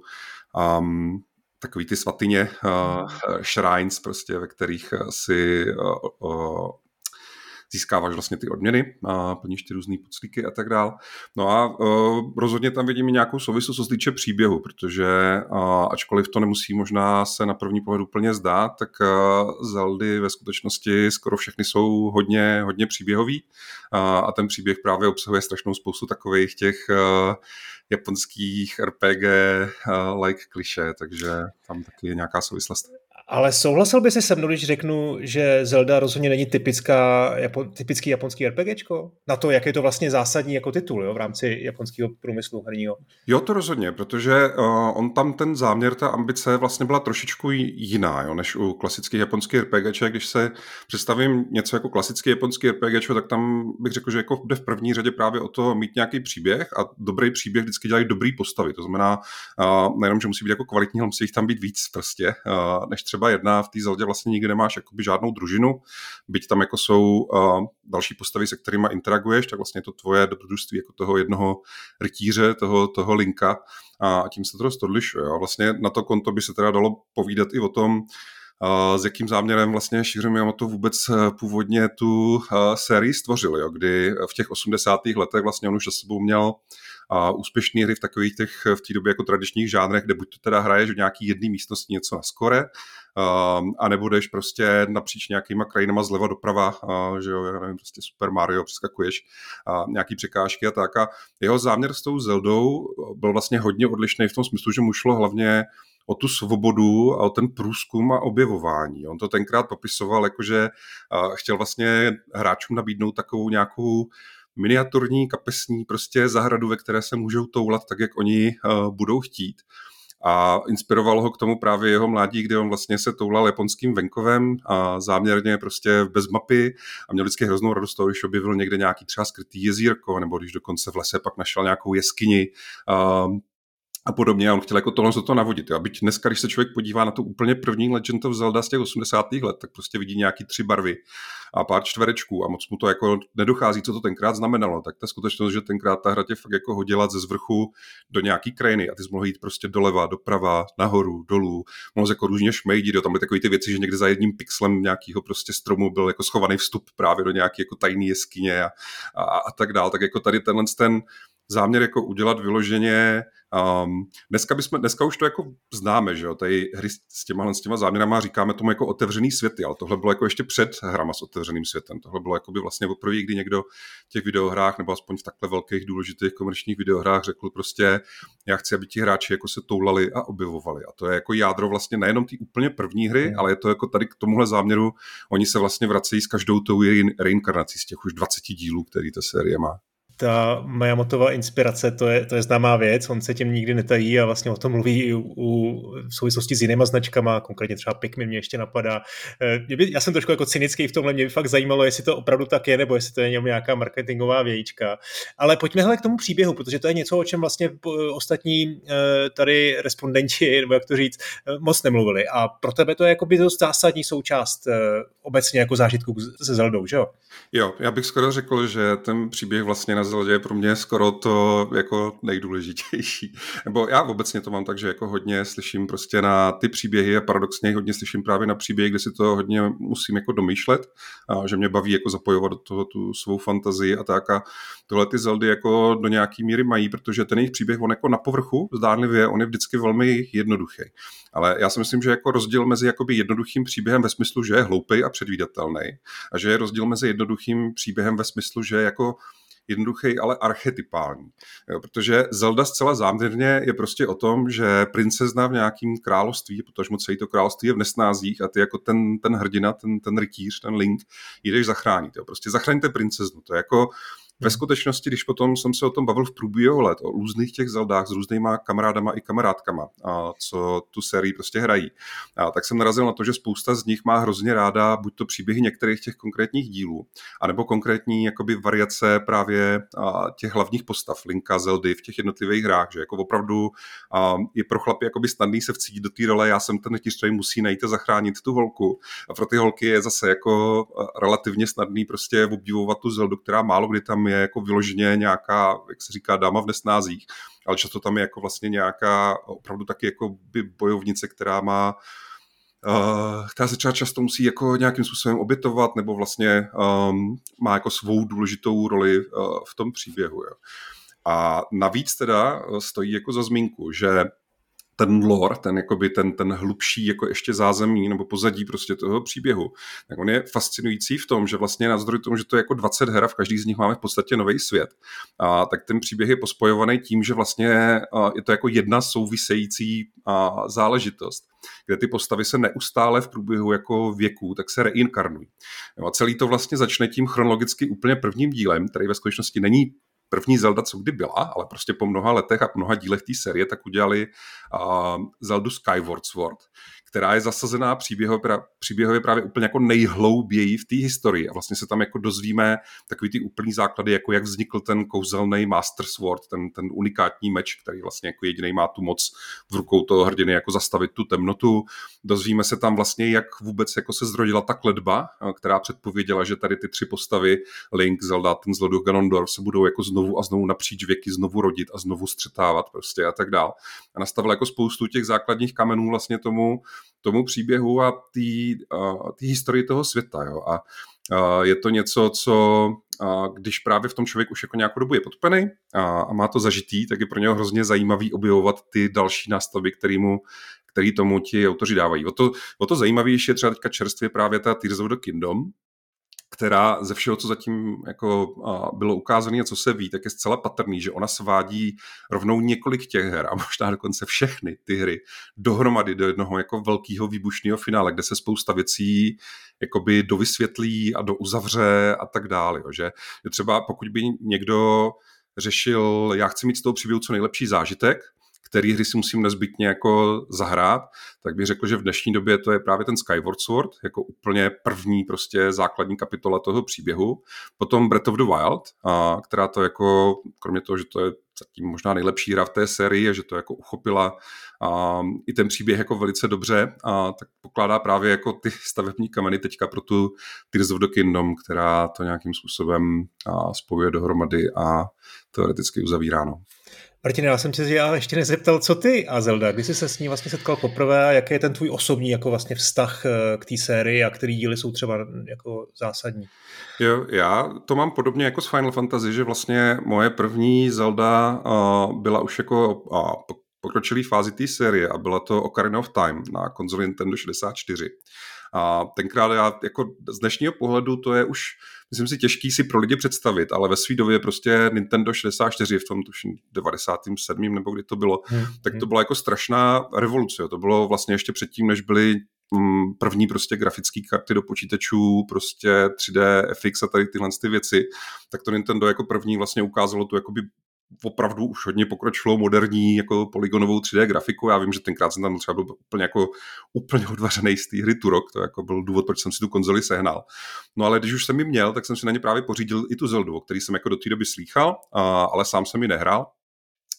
um, takový ty svatyně, uh, shrines, prostě, ve kterých si uh, uh, získáváš vlastně ty odměny, a plníš ty různý poclíky a tak dál. No a uh, rozhodně tam vidím i nějakou souvislost, co se týče příběhu, protože uh, ačkoliv to nemusí možná se na první pohled úplně zdát, tak uh, Zeldy ve skutečnosti skoro všechny jsou hodně, hodně příběhový uh, a ten příběh právě obsahuje strašnou spoustu takových těch uh, japonských R P G-like uh, klišé, takže tam taky je nějaká souvislost. Ale souhlasil by si se mnou, když řeknu, že Zelda rozhodně není typická, japo, typický japonský RPGčko? Na to, jak je to vlastně zásadní jako titul, jo, v rámci japonského průmyslu herního. Jo, to rozhodně, protože uh, on tam ten záměr, ta ambice vlastně byla trošičku jiná, jo, než u klasických japonských RPGček. Když se představím něco jako klasický japonský RPGčko, tak tam bych řekl, že jako jde v první řadě právě o to mít nějaký příběh a dobrý příběh vždycky dělají dobrý postavy. To znamená, uh, nejenom, že musí být jako kvalitní, ale musí jich tam být víc prostě, uh, než třeba jedna. V té Zeldě vlastně nikdy nemáš jakoby žádnou družinu, byť tam jako jsou uh, další postavy, se kterými interaguješ, tak vlastně je to tvoje dobrodružství jako toho jednoho rytíře, toho, toho Linka a tím se to dost odlišuje. A vlastně na to konto by se teda dalo povídat i o tom, uh, s jakým záměrem vlastně Shigeru Miyamoto vůbec původně tu uh, sérii stvořil, jo, kdy v těch osmdesátých letech vlastně on už za sebou měl a úspěšné hry v takových těch v té době jako tradičních žánrech, kde buď to teda hraješ v nějaký jedné místnosti něco na skore, uh, a nebo jdeš prostě napříč nějakýma krajinama zleva doprava, uh, že jo, já nevím, prostě Super Mario, přeskakuješ uh, nějaký překážky a tak. A jeho záměr s tou Zeldou byl vlastně hodně odlišný v tom smyslu, že mu šlo hlavně o tu svobodu a o ten průzkum a objevování. On to tenkrát popisoval, jakože uh, chtěl vlastně hráčům nabídnout takovou nějakou miniaturní, kapesní prostě zahradu, ve které se můžou toulat tak, jak oni uh, budou chtít. A inspirovalo ho k tomu právě jeho mládí, kdy on vlastně se toulal japonským venkovem a záměrně prostě bez mapy a měl vždycky hroznou radost toho, když objevil někde nějaký třeba skrytý jezírko, nebo když dokonce v lese pak našel nějakou jeskyni uh, a podobně. A on chtěl jako tohle to navodit. A byť dneska, když se člověk podívá na tu úplně první Legend of Zelda z těch osmdesátých let, tak prostě vidí nějaký tři barvy a pár čtverečků a moc mu to jako nedochází, co to tenkrát znamenalo. Tak ta skutečnost, že tenkrát ta hra tě fakt jako hodila ze zvrchu do nějaký krajiny a ty jsi mohl jít prostě doleva, doprava, nahoru, dolů, mohl jako různě šmejdit, tam byly takový ty věci, že někde za jedním pixelem nějakého prostě stromu byl jako schovaný vstup právě do nějaké jako tajné jeskyně a, a, a tak dál. Tak jako tady tenhle ten záměr jako udělat vyloženě. Um, dneska, bychom, dneska už to jako známe, že jo, tady hry s těma, s těma záměrama říkáme tomu jako otevřený světy, ale tohle bylo jako ještě před hrama s otevřeným světem. Tohle bylo jako by vlastně poprvé, kdy někdo v těch videohrách, nebo aspoň v takhle velkých důležitých komerčních videohrách řekl prostě, já chci, aby ti hráči jako se toulali a objevovali. A to je jako jádro vlastně nejenom ty úplně první hry, hmm. ale je to jako tady k tomuhle záměru, oni se vlastně vracejí s každou tou reinkarnací z těch už dvaceti dílů, který ta série má. Ta Miyamotova inspirace, to je, to je známá věc, on se tím nikdy netají a vlastně o tom mluví i u, u, v souvislosti s jinýma značkama, konkrétně třeba Pikmin mě ještě napadá. By, já jsem trošku jako cynický v tomhle, mě by fakt zajímalo, jestli to opravdu tak je, nebo jestli to je nějaká marketingová vějíčka. Ale pojďme hele k tomu příběhu, protože to je něco, o čem vlastně ostatní tady respondenti, nebo jak to říct, moc nemluvili. A pro tebe to je jako by dost zásadní součást obecně jako zážitku se Zeldou, že jo? Jo, já bych skoro řekl, že ten příběh vlastně na Zeldě je pro mě skoro to jako nejdůležitější. Nebo já obecně to mám tak, že jako hodně slyším prostě na ty příběhy a paradoxně hodně slyším právě na příběhy, kde si to hodně musím jako domýšlet, a že mě baví jako zapojovat do toho tu svou fantazii a tak, a tohle ty Zeldy jako do nějaký míry mají, protože ten jejich příběh, on jako na povrchu zdánlivě, on je vždycky velmi jednoduchý. Ale já si myslím, že jako rozdíl mezi jakoby jednoduchým příběhem ve smyslu, že je hloupej a předvídatelný, a že je rozdíl mezi jednoduchým příběhem ve smyslu, že je jako jednoduchý, ale archetypální. Jo, protože Zelda zcela záměrně je prostě o tom, že princezna v nějakém království, protože moc celé to království je v nesnázích a ty jako ten, ten hrdina, ten, ten rytíř, ten Link, jdeš zachránit. Jo. Prostě zachraňte princeznu. To je jako ve skutečnosti, když potom jsem se o tom bavil v průběhu let, o různých těch Zeldách s různýma kamarádama i kamarádkama, a co tu sérii prostě hrají, a tak jsem narazil na to, že spousta z nich má hrozně ráda buď to příběhy některých těch konkrétních dílů, anebo konkrétní jakoby variace právě a, těch hlavních postav Linka, Zeldy v těch jednotlivých hrách, že jako opravdu a, je pro chlapy jakoby snadný se vcítit do té role, já jsem ten rytíř, který musí najít a zachránit tu holku, a pro ty holky je zase jako relativně snadný prostě obdivovat tu Zeldu, která málo kdy tam je jako vyloženě nějaká, jak se říká, dáma v nesnázích, ale často tam je jako vlastně nějaká opravdu taky jako by bojovnice, která má Uh, která se třeba často musí jako nějakým způsobem obětovat, nebo vlastně um, má jako svou důležitou roli uh, v tom příběhu. Jo. A navíc teda stojí jako za zmínku, že ten lore, ten, jakoby ten, ten hlubší jako ještě zázemí nebo pozadí prostě toho příběhu, tak on je fascinující v tom, že vlastně navzdory tomu, že to je jako dvacet her a v každý z nich máme v podstatě nový svět, a tak ten příběh je pospojovaný tím, že vlastně je to jako jedna související záležitost, kde ty postavy se neustále v průběhu jako věků tak se reinkarnují. A celý to vlastně začne tím chronologicky úplně prvním dílem, který ve skutečnosti není první Zelda, co kdy byla, ale prostě po mnoha letech a mnoha dílech té série tak udělali uh, Zeldu Skyward Sword, která je zasazená příběhově, příběhově právě úplně jako nejhlouběji v té historii. A vlastně se tam jako dozvíme takový ty úplný základy, jako jak vznikl ten kouzelný Master Sword, ten, ten unikátní meč, který vlastně jako jedinej má tu moc v rukou toho hrdiny jako zastavit tu temnotu. Dozvíme se tam vlastně, jak vůbec jako se zrodila ta kletba, která předpověděla, že tady ty tři postavy, Link, Zelda, ten zloduch Ganondorf, se budou jako znovu a znovu napříč věky znovu rodit a znovu střetávat prostě a tak dál. A nastavila jako spoustu těch základních kamenů vlastně tomu tomu příběhu a té historii toho světa. Jo. A, a je to něco, co a když právě v tom člověk už jako nějakou dobu je podpenej a, a má to zažitý, tak je pro něho hrozně zajímavý objevovat ty další nástavby, který, mu, který tomu ti autoři dávají. O to, o to zajímavější je třeba teďka čerstvě právě ta Tears of the Kingdom, která ze všeho, co zatím jako bylo ukázané a co se ví, tak je zcela patrný, že ona svádí rovnou několik těch her a možná dokonce všechny ty hry dohromady do jednoho jako velkého výbušného finále, kde se spousta věcí jakoby dovysvětlí a douzavře a tak dále. Jo, že třeba pokud by někdo řešil, já chci mít z toho příběhu co nejlepší zážitek, který hry si musím nezbytně jako zahrát, tak bych řekl, že v dnešní době to je právě ten Skyward Sword, jako úplně první prostě základní kapitola toho příběhu. Potom Breath of the Wild, a, která to jako, kromě toho, že to je zatím možná nejlepší hra v té sérii, že to jako uchopila a, i ten příběh jako velice dobře, a tak pokládá právě jako ty stavební kameny teďka pro tu Tears of the Kingdom, která to nějakým způsobem a, spojuje dohromady a teoreticky uzavírá. No. Martine, já jsem se já ještě nezeptal, co ty a Zelda, kdy jsi se s ní vlastně setkal poprvé a jaký je ten tvůj osobní jako vlastně vztah k té sérii a který díly jsou třeba jako zásadní? Jo, já to mám podobně jako s Final Fantasy, že vlastně moje první Zelda uh, byla už jako uh, pokročilý fázi té série a byla to Ocarina of Time na konzoli Nintendo šedesát čtyři. A tenkrát já jako z dnešního pohledu to je už, myslím si, těžký si pro lidi představit, ale ve své době prostě Nintendo šedesát čtyři v tom tuším devadesátém sedmém nebo kdy to bylo, hmm. tak to byla jako strašná revoluce. To bylo vlastně ještě předtím, než byly mm, první prostě grafické karty do počítačů, prostě tři dé F X a tady tyhle ty věci, tak to Nintendo jako první vlastně ukázalo tu jakoby opravdu už hodně pokročilou moderní jako polygonovou tři dé grafiku. Já vím, že tenkrát jsem tam třeba byl úplně jako úplně odvařený z té hry Turok, to jako byl důvod, proč jsem si tu konzoli sehnal. No ale když už jsem ji měl, tak jsem si na ně právě pořídil i tu Zeldu, o který jsem jako do té doby slýchal, a, ale sám jsem ji nehrál.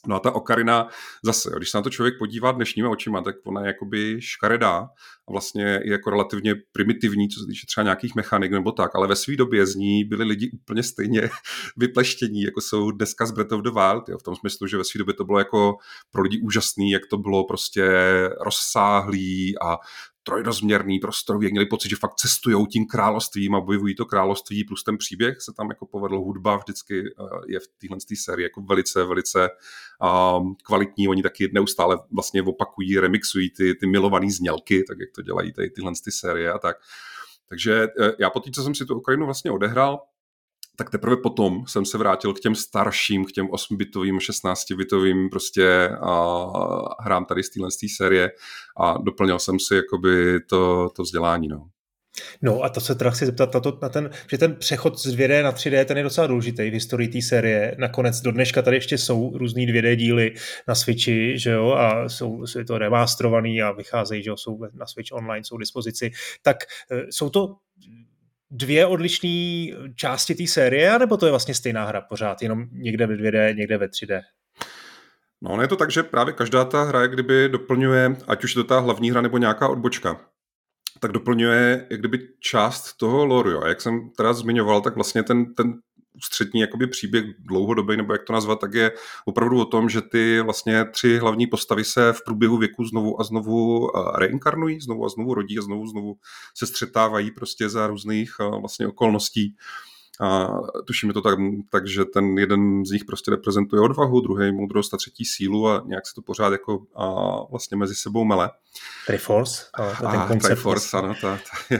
No a ta Ocarina zase, když se na to člověk podívá dnešníma očima, tak ona je jakoby škaredá a vlastně je jako relativně primitivní, co se týče třeba nějakých mechanik nebo tak, ale ve své době z ní byli lidi úplně stejně vypleštění, jako jsou dneska z Breath of the Wild, jo, v tom smyslu, že ve své době to bylo jako pro lidi úžasný, jak to bylo prostě rozsáhlý a trojrozměrný prostorový, jak měli pocit, že fakt cestujou tím královstvím a objevují to království, plus ten příběh se tam jako povedl, hudba vždycky je v téhle sérii jako velice, velice um, kvalitní, oni taky neustále vlastně opakují, remixují ty, ty milované znělky, tak jak to dělají tady tyhle ty série a tak. Takže já po té, co jsem si tu Ocarinu vlastně odehrál, tak teprve potom jsem se vrátil k těm starším, k těm osmibitovým, šestnáctibitovým prostě a hrám tady z téhle série a doplnil jsem si jakoby to, to vzdělání, no. No a to se teda chci zeptat na, to, na ten, že ten přechod z dvě dé na tři dé, ten je docela důležitý v historii té série. Nakonec do dneška tady ještě jsou různý dvě dé díly na Switchi, že jo, a jsou, jsou to remasterovaný a vycházejí, že jo, jsou na Switch online, jsou k dispozici. Tak jsou to dvě odlišné části té série, nebo to je vlastně stejná hra pořád, jenom někde ve dvě dé, někde ve tři dé? No, ono je to tak, že právě každá ta hra, jak kdyby doplňuje, ať už je to ta hlavní hra nebo nějaká odbočka, tak doplňuje jak kdyby část toho lore. A jak jsem teda zmiňoval, tak vlastně ten, ten ústřední jakoby příběh dlouhodobý, nebo jak to nazvat, tak je opravdu o tom, že ty vlastně tři hlavní postavy se v průběhu věku znovu a znovu reinkarnují, znovu a znovu rodí a znovu znovu se střetávají prostě za různých vlastně okolností. A tuším je to tak, tak, že ten jeden z nich prostě reprezentuje odvahu, druhý moudrost a třetí sílu a nějak se to pořád jako a vlastně mezi sebou mele. Triforce. A Triforce, ano. Ta, ta,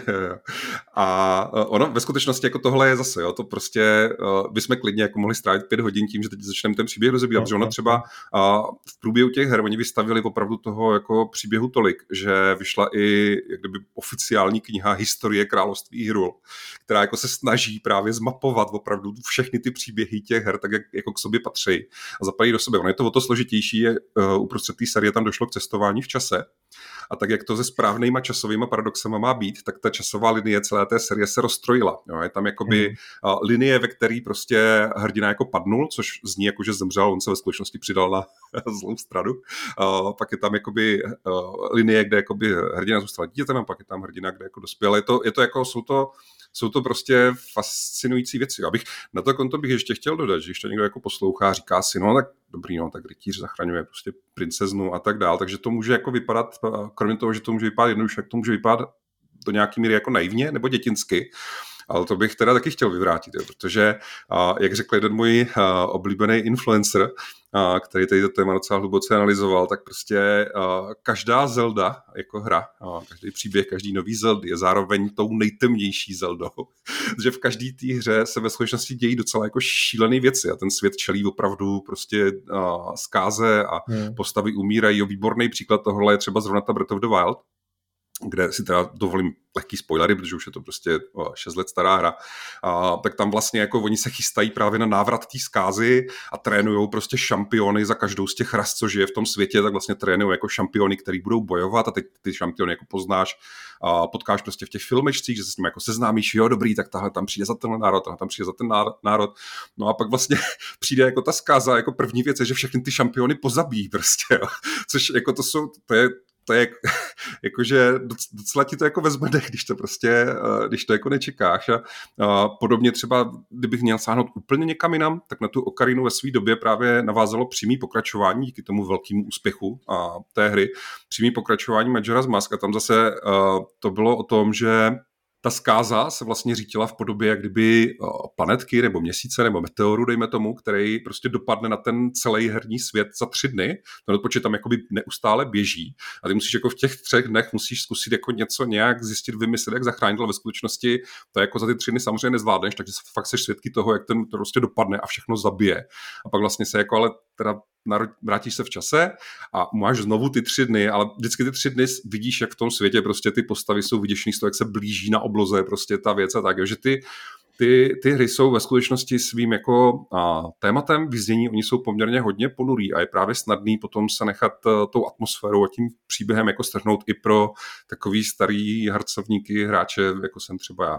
a ono ve skutečnosti jako tohle je zase, jo, to prostě uh, bychom klidně jako mohli strávit pět hodin tím, že teď začneme ten příběh rozebírat, no, protože ono třeba uh, v průběhu těch her oni vystavili opravdu toho jako příběhu tolik, že vyšla i jak kdyby oficiální kniha Historie království Hyrule, která jako se snaží právě zmapovat opravdu všechny ty příběhy těch her, tak jak jako k sobě patří a zapadají do sebe. Ono je to o to složitější, je uh, uprostřed té série tam došlo k cestování v čase. A tak, jak to se správnýma časovýma paradoxama má být, tak ta časová linie celé té série se roztrojila. Jo, je tam jakoby mm. uh, linie, ve které prostě hrdina jako padnul, což zní jako, že zemřel, on se ve skutečnosti přidal na zlou stranu. Uh, pak je tam jakoby uh, linie, kde jakoby hrdina zůstala dítětem, a pak je tam hrdina, kde jako dospěl. Je to, je to jako, jsou to Jsou to prostě fascinující věci. Abych na to konto bych ještě chtěl dodat, že když to někdo jako poslouchá, říká si, no tak dobrý, no tak rytíř zachraňuje prostě princeznu a tak dál, takže to může jako vypadat, kromě toho, že to může vypadat jednoduše, jak to může vypadat do nějaký míry jako naivně nebo dětinsky, ale to bych teda taky chtěl vyvrátit, jo, protože, jak řekl jeden můj oblíbený influencer, který tady to téma docela hluboce analyzoval, tak prostě každá Zelda jako hra, každý příběh, každý nový Zeldy je zároveň tou nejtemnější Zeldou. Že v každé té hře se ve skutečnosti dějí docela jako šílené věci a ten svět čelí opravdu prostě zkáze a postavy umírají. Výborný příklad tohohle je třeba zrovna ta Breath of the Wild, kde si teda dovolím lehký spoilery, protože už je to prostě šest let stará hra, a, tak tam vlastně jako oni se chystají právě na návrat té zkázy a trénujou prostě šampiony za každou z těch ras, co žije v tom světě, tak vlastně trénují jako šampiony, který budou bojovat a teď ty šampiony jako poznáš a potkáš prostě v těch filmečcích, že se s ním jako seznámíš, jo dobrý, tak tahle tam přijde za ten národ, tahle tam přijde za ten národ, no a pak vlastně přijde jako ta zkáza, jako první věc je, že všechny ty šampiony pozabíjí prostě, jo. Což jako to jsou, to je to je jakože docela ti to jako vezme dech, když to prostě, když to jako nečekáš. A, a podobně třeba, kdybych měl sáhnout úplně někam jinam, tak na tu Ocarinu ve své době právě navázalo přímý pokračování díky tomu velkému úspěchu a té hry, přímý pokračování Majora's Mask a tam zase a, to bylo o tom, že ta zkáza se vlastně řítila v podobě jak kdyby planetky nebo měsíce nebo meteoru, dejme tomu, který prostě dopadne na ten celý herní svět za tři dny. Ten odpočet tam jakoby neustále běží a ty musíš jako v těch třech dnech musíš zkusit jako něco nějak zjistit, vymyslet, jak zachránit, ale ve skutečnosti to jako za ty tři dny samozřejmě nezvládneš, takže fakt seš svědky toho, jak ten to prostě dopadne a všechno zabije. A pak vlastně se jako ale teda vrátíš se v čase a máš znovu ty tři dny, ale vždycky ty tři dny vidíš, jak v tom světě prostě ty postavy jsou vyděšený z toho, jak se blíží na obloze prostě ta věc a tak, že ty, ty, ty hry jsou ve skutečnosti svým jako a, tématem vyznění, oni jsou poměrně hodně ponurý a je právě snadný potom se nechat a, tou atmosférou a tím příběhem jako strhnout i pro takový starý harcovníky, hráče, jako jsem třeba já.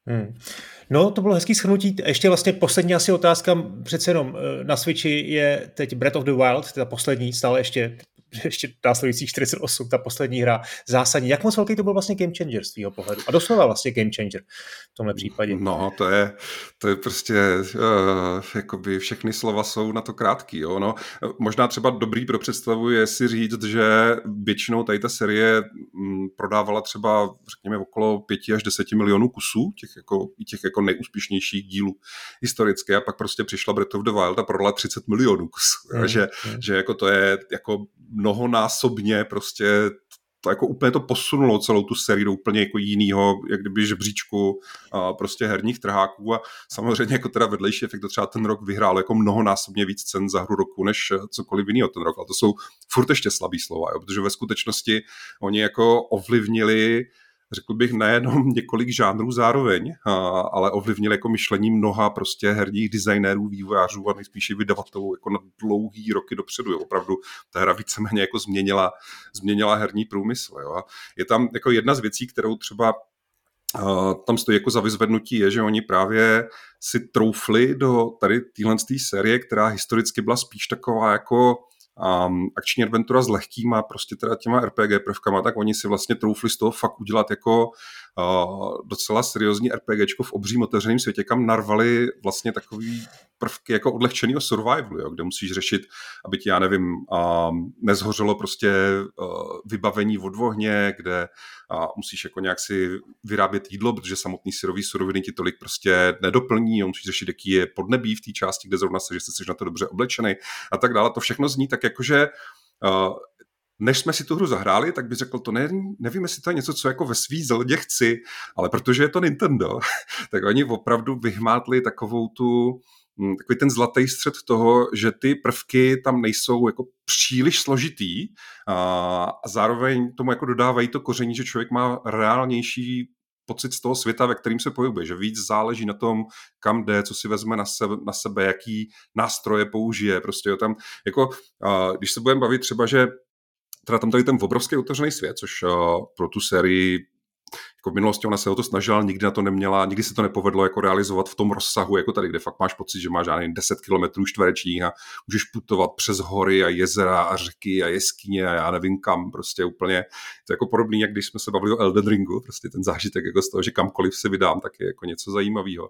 Hmm. No, to bylo hezký shrnutí. Ještě vlastně poslední asi otázka, přece jenom na Switchi je teď Breath of the Wild, ta poslední, stále ještě ještě následujících čtyřicet osm, ta poslední hra, zásadní. Jak moc velký to byl vlastně game changer z tvýho pohledu? A doslova vlastně game changer v tomhle případě. No, to je, to je prostě, uh, jakoby všechny slova jsou na to krátký, jo. No, možná třeba dobrý pro představu je si říct, že většinou tady ta série m, prodávala třeba, řekněme, okolo pěti až deseti milionů kusů, těch jako, těch jako nejúspěšnějších dílů historické, a pak prostě přišla Breath of the Wild a prodala třicet milionů kusů. Mm, že, mm. že jako to je jako mnohonásobně prostě to jako úplně to posunulo celou tu sérii do úplně jako jinýho, jak kdyby žebříčku a prostě herních trháků, a samozřejmě jako teda vedlejší efekt, to třeba ten rok vyhrál jako mnohonásobně víc cen za hru roku než cokoliv jiného ten rok, ale to jsou furt ještě slabý slova, jo, protože ve skutečnosti oni jako ovlivnili, řekl bych, nejenom několik žánrů zároveň, ale ovlivnili jako myšlení mnoha prostě herních designérů, vývojářů a nejspíš i vydavatelů jako na dlouhý roky dopředu. Jo. Opravdu ta hra víceméně jako změnila, změnila herní průmysl. Jo. A je tam jako jedna z věcí, kterou třeba uh, tam stojí jako za vyzvednutí, je, že oni právě si troufli do tady téhle série, která historicky byla spíš taková jako Um, akční adventura s lehkýma prostě teda těma er pé gé prvkama, tak oni si vlastně troufli z toho fakt udělat jako uh, docela seriózní RPGčko v obřím otevřeném světě, kam narvali vlastně takový prvky jako odlehčenýho survivalu, jo, kde musíš řešit, aby ti, já nevím, um, nezhořelo prostě uh, vybavení od ohně, kde uh, musíš jako nějak si vyrábět jídlo, protože samotný syrový suroviny ti tolik prostě nedoplní, jo, musíš řešit, jaký je podnebí v té části, kde zrovna se, že jsi na to dobře oblečený a tak dále. To všechno zní tak jakože uh, než jsme si tu hru zahráli, tak bych řekl, to ne, nevím, jestli to je něco, co jako ve svý Zeldě chci, ale protože je to Nintendo, tak oni opravdu vyhmátli takovou tu, takový ten zlatý střed toho, že ty prvky tam nejsou jako příliš složitý a zároveň tomu jako dodávají to koření, že člověk má reálnější pocit z toho světa, ve kterým se pohybuje, že víc záleží na tom, kam jde, co si vezme na sebe, na sebe jaký nástroje použije. Prostě jo, tam jako, uh, když se budeme bavit třeba, že teda tam tady ten obrovský otevřený svět, což uh, pro tu sérii jako v minulosti ona se o to snažila, nikdy na to neměla, nikdy se to nepovedlo jako realizovat v tom rozsahu, jako tady, kde fakt máš pocit, že máš žádný deset kilometrů čtverečních a můžeš putovat přes hory a jezera a řeky a jeskyně a já nevím kam, prostě úplně, to je jako podobný, jak když jsme se bavili o Elden Ringu, prostě ten zážitek jako z toho, že kamkoliv se vydám, tak je jako něco zajímavého.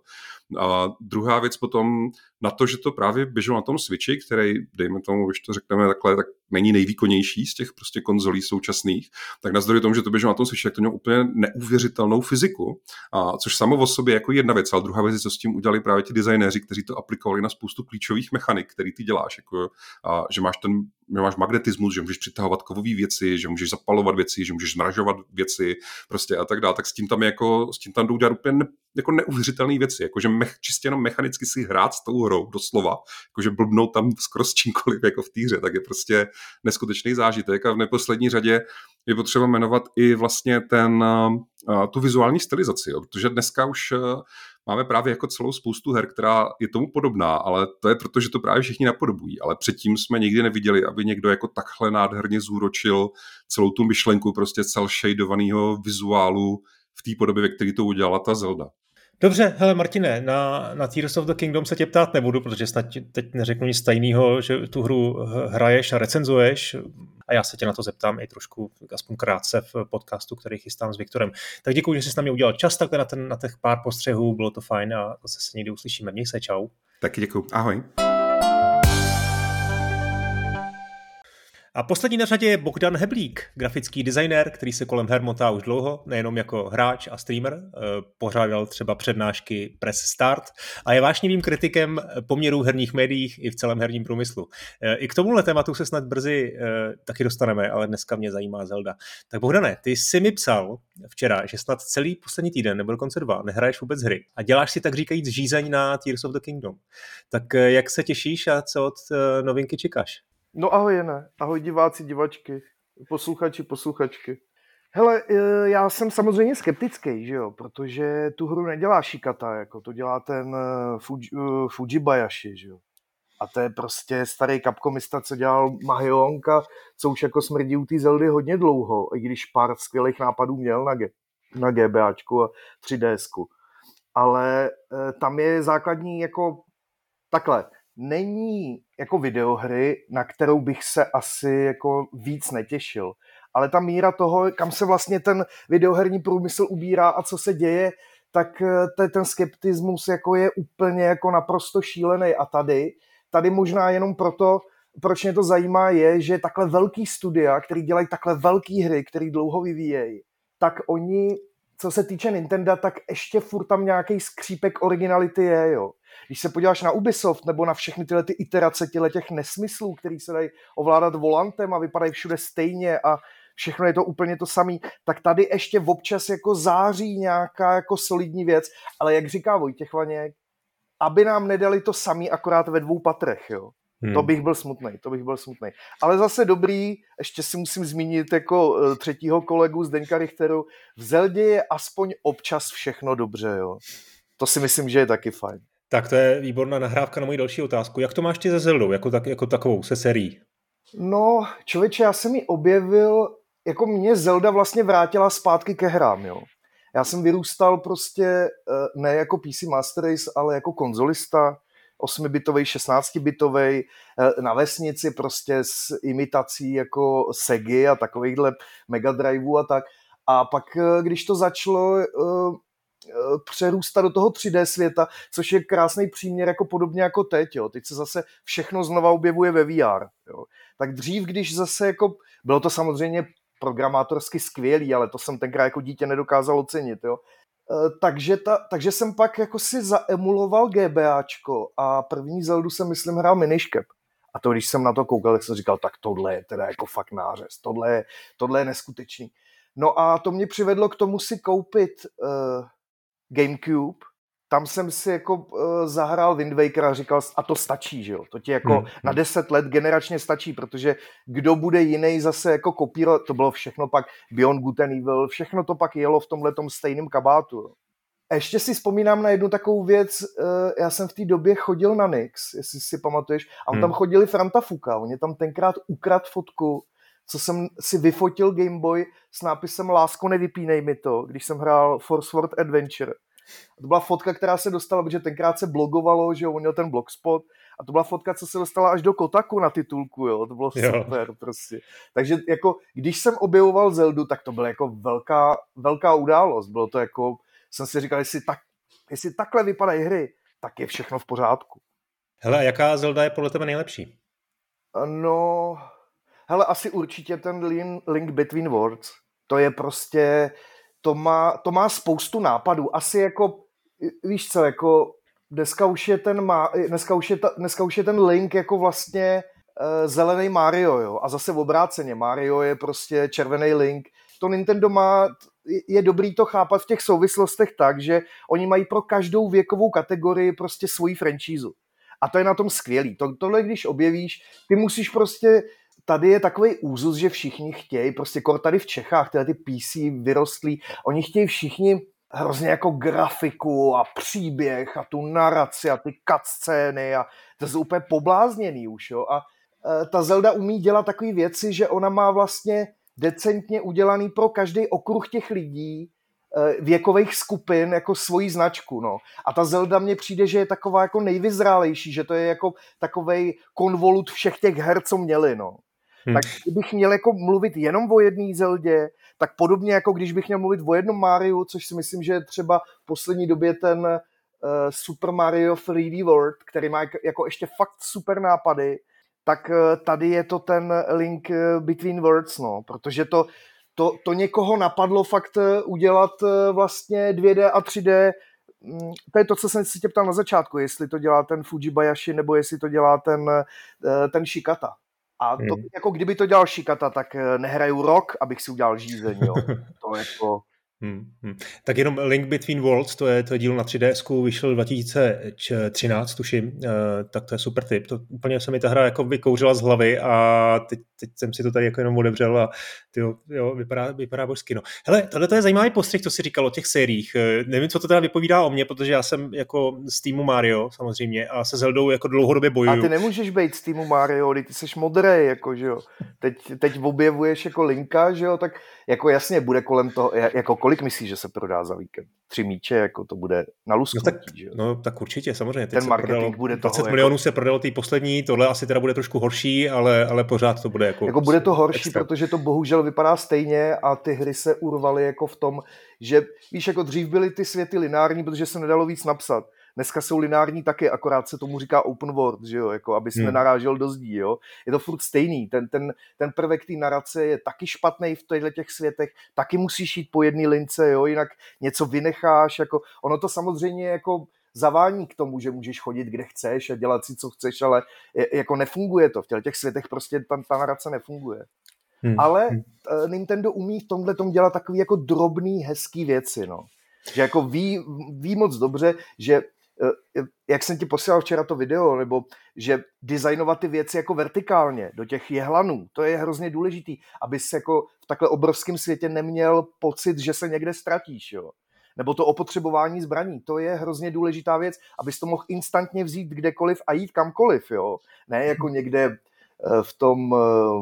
A druhá věc potom na to, že to právě běželo na tom Switchi, který, dejme tomu, když to řekneme takhle, tak není nejvýkonnější z těch prostě konzolí současných, tak navzdory tomu, že to běželo na tom Switchi, tak to mělo úplně neuvěřitelnou fyziku, a což samo o sobě jako jedna věc, ale druhá věc je, co s tím udělali právě ti designéři, kteří to aplikovali na spoustu klíčových mechanik, který ty děláš, jako, a, že máš ten že máš magnetismus, že můžeš přitahovat kovové věci, že můžeš zapalovat věci, že můžeš zmražovat věci, prostě a tak dále, tak s tím tam jako s tím tam jdou dělat úplně ne, jako neuvěřitelné věci, jakože mech, čistě jenom mechanicky si hrát s tou hrou doslova, jakože blbnout tam skoro s čímkoliv jako v té hře, tak je prostě neskutečný zážitek. A v neposlední řadě je potřeba jmenovat i vlastně ten, tu vizuální stylizaci, jo, protože dneska už máme právě jako celou spoustu her, která je tomu podobná, ale to je proto, že to právě všichni napodobují. Ale předtím jsme nikdy neviděli, aby někdo jako takhle nádherně zúročil celou tu myšlenku prostě cel-shadovaného vizuálu v té podobě, ve které to udělala ta Zelda. Dobře, hele Martine, na, na Tears of the Kingdom se tě ptát nebudu, protože snad teď neřeknu nic tajného, že tu hru hraješ a recenzuješ a já se tě na to zeptám i trošku, aspoň krátce v podcastu, který chystám s Viktorem. Tak děkuji, že jsi s námi udělal čas takhle na, ten, na těch pár postřehů, bylo to fajn a zase se někdy uslyšíme. Měj se, čau. Taky děkuji, ahoj. A poslední na řadě je Bogdan Heblík, grafický designér, který se kolem her motá už dlouho, nejenom jako hráč a streamer, pořádal třeba přednášky Press Start a je vášnivým kritikem poměrů v herních médiích i v celém herním průmyslu. I k tomuhle tématu se snad brzy taky dostaneme, ale dneska mě zajímá Zelda. Tak Bogdane, ty jsi mi psal včera, že snad celý poslední týden, nebo dokonce dva, nehraješ vůbec hry a děláš si tak říkajíc žízeň na Tears of the Kingdom. Tak jak se těšíš a co od novinky čekáš? No ahoj Jene, ahoj diváci, divačky, posluchači, posluchačky. Hele, já jsem samozřejmě skeptický, že jo, protože tu hru nedělá Shikata, jako to dělá ten Fuji, Fujibayashi, že jo. A to je prostě starý capcomista, co dělal Mahjonka, co už jako smrdí u té Zeldy hodně dlouho, i když pár skvělých nápadů měl na, G, na GBAčku a tři dé esku. ale tam je základní jako takhle. Není jako videohry, na kterou bych se asi jako víc netěšil. Ale ta míra toho, kam se vlastně ten videoherní průmysl ubírá a co se děje, tak ten skeptismus jako je úplně jako naprosto šílený. A tady, tady možná jenom proto, proč mě to zajímá, je, že takhle velký studia, který dělají takhle velký hry, který dlouho vyvíjejí, tak oni, co se týče Nintendo, tak ještě furt tam nějaký skřípek originality je, jo. Když se podíváš na Ubisoft nebo na všechny tyhle ty iterace těch nesmyslů, který se dají ovládat volantem a vypadají všude stejně a všechno je to úplně to samé, tak tady ještě občas jako září nějaká jako solidní věc, ale jak říká Vojtěch Vaněk, aby nám nedali to samý akorát ve dvou patrech, jo. Hmm. To bych byl smutnej, to bych byl smutnej. Ale zase dobrý, ještě si musím zmínit jako třetího kolegu Zdeňka Richteru, v Zeldě je aspoň občas všechno dobře, jo. To si myslím, že je taky fajn. Tak to je výborná nahrávka na moji další otázku. Jak to máš ty se Zeldou, jako, tak, jako takovou, se sérií? No, člověče, já jsem ji objevil, jako mě Zelda vlastně vrátila zpátky ke hrám, jo. Já jsem vyrůstal prostě ne jako P C Master Race, ale jako konzolista, osmibitovej, šestnáctibitovej, na vesnici prostě s imitací jako Segy a takovýchhle Mega Driveů a tak. A pak, když to začalo přerůstat do toho tři dé světa, což je krásný příměr jako podobně jako teď, jo. Teď se zase všechno znova objevuje ve V R, jo. Tak dřív, když zase jako, bylo to samozřejmě programátorsky skvělý, ale to jsem tenkrát jako dítě nedokázal ocenit, jo. Takže, ta, takže jsem pak jako si zaemuloval GBAčko a první Zeldu jsem, myslím, hrál Minish-Cap. A to, když jsem na to koukal, tak jsem říkal, tak tohle je teda jako fakt nářez, tohle je, tohle je neskutečný. No a to mě přivedlo k tomu si koupit uh, GameCube. Tam jsem si jako uh, zahrál Wind Waker a říkal, a to stačí, že jo? To ti jako hmm. na deset let generačně stačí, protože kdo bude jiný zase jako kopírovat, to bylo všechno pak Beyond Good and Evil, všechno to pak jelo v tomhletom stejném kabátu. Jo. A ještě si vzpomínám na jednu takovou věc, uh, já jsem v té době chodil na Nix, jestli si pamatuješ, a on hmm. tam chodili Franta Fuka, on je tam tenkrát ukradl fotku, co jsem si vyfotil Game Boy s nápisem Lásko, nevypínej mi to, když jsem hrál Force World Adventure. A to byla fotka, která se dostala, protože tenkrát se blogovalo, že on měl ten blogspot, a to byla fotka, co se dostala až do Kotaku na titulku, jo, to bylo jo. super prostě. Takže jako, když jsem objevoval Zeldu, tak to byla jako velká, velká událost, bylo to jako, jsem si říkal, jestli, tak, jestli takhle vypadají hry, tak je všechno v pořádku. Hele, a jaká Zelda je podle tebe nejlepší? No, hele, asi určitě ten Link Between Worlds, to je prostě... To má, to má spoustu nápadů. Asi jako, víš co, jako dneska už je ten, má, dneska už je ta, dneska už je ten Link jako vlastně uh, zelený Mario, jo. A zase v obráceně. Mario je prostě červený Link. To Nintendo má, je dobrý to chápat v těch souvislostech tak, že oni mají pro každou věkovou kategorii prostě svoji franšízu. A to je na tom skvělý. To, tohle, když objevíš, ty musíš prostě... Tady je takový úzus, že všichni chtějí, prostě kor tady v Čechách, tyhle ty P C vyrostlí, oni chtějí všichni hrozně jako grafiku a příběh a tu naraci a ty cutscény a to jsou úplně poblázněný už, jo. A e, ta Zelda umí dělat takové věci, že ona má vlastně decentně udělaný pro každý okruh těch lidí, e, věkových skupin, jako svoji značku, no. A ta Zelda mně přijde, že je taková jako nejvyzrálejší, že to je jako takovej konvolut všech těch her, co měli, no. Hmm. Tak kdybych měl jako mluvit jenom o jedné Zeldě, tak podobně jako když bych měl mluvit o jednom Mariu, což si myslím, že je třeba v poslední době ten uh, Super Mario tři dé World, který má jako ještě fakt super nápady, tak uh, tady je to ten Link Between Worlds, no, protože to, to, to někoho napadlo fakt udělat uh, vlastně dvě dé a tři dé. To je to, co jsem si tě ptal na začátku, jestli to dělá ten Fujibayashi nebo jestli to dělá ten, uh, ten Shikata. A to, hmm. jako kdyby to dělal Shikata, tak nehraju rok, abych si udělal žízeň, jo. To je to... Hmm, hmm. Tak jenom Link Between Worlds, to je, to je díl na tři dé esku, vyšel dva tisíce třináct, tuším, uh, tak to je super tip. To úplně se mi ta hra jako vykouřila z hlavy a teď, teď jsem si to tady jako jenom odevřel a tyjo, jo, vypadá, vypadá božsky. No. Hele, tohle to je zajímavý postřeh, co jsi říkal o těch sériích. Uh, nevím, co to teda vypovídá o mně, protože já jsem jako z týmu Mario samozřejmě a se Zeldou jako dlouhodobě bojuju. A ty nemůžeš být z týmu Mario, ty jsi modrý, jako, že jo. Teď, teď objevuješ jako Linka, že jo, tak jako jasně bude kolem toho, jako kolik myslíš, že se prodá za víkend? Tři míče, jako to bude na lusknutí, no tak, že jo? No tak určitě, samozřejmě. Teď ten se marketing prodalo, bude toho, dvacet jako... milionů se prodalo té poslední, tohle asi teda bude trošku horší, ale, ale pořád to bude jako... Jako bude to horší, extra. protože to bohužel vypadá stejně a ty hry se urvaly jako v tom, že víš, jako dřív byly ty světy lineární, protože se nedalo víc napsat. Dneska jsou lineární taky, akorát se tomu říká open world, že jo, jako abys hmm. nenarážel do zdí, jo. Je to furt stejný, ten, ten, ten prvek té narace je taky špatný v těchto těch světech, taky musíš jít po jedné lince, jo, jinak něco vynecháš, jako ono to samozřejmě jako zavání k tomu, že můžeš chodit kde chceš a dělat si, co chceš, ale je, jako nefunguje to, v těch světech prostě ta, ta narace nefunguje. Hmm. Ale uh, Nintendo umí v tomhle tom dělat takový jako drobný, hezký věci, no. Že jako ví, ví moc dobře, že jak jsem ti posílal včera to video, nebo že designovat ty věci jako vertikálně do těch jehlanů, to je hrozně důležitý, abys jako v takhle obrovském světě neměl pocit, že se někde ztratíš, jo. Nebo to opotřebování zbraní, to je hrozně důležitá věc, abys to mohl instantně vzít kdekoliv a jít kamkoliv, jo. Ne jako někde v tom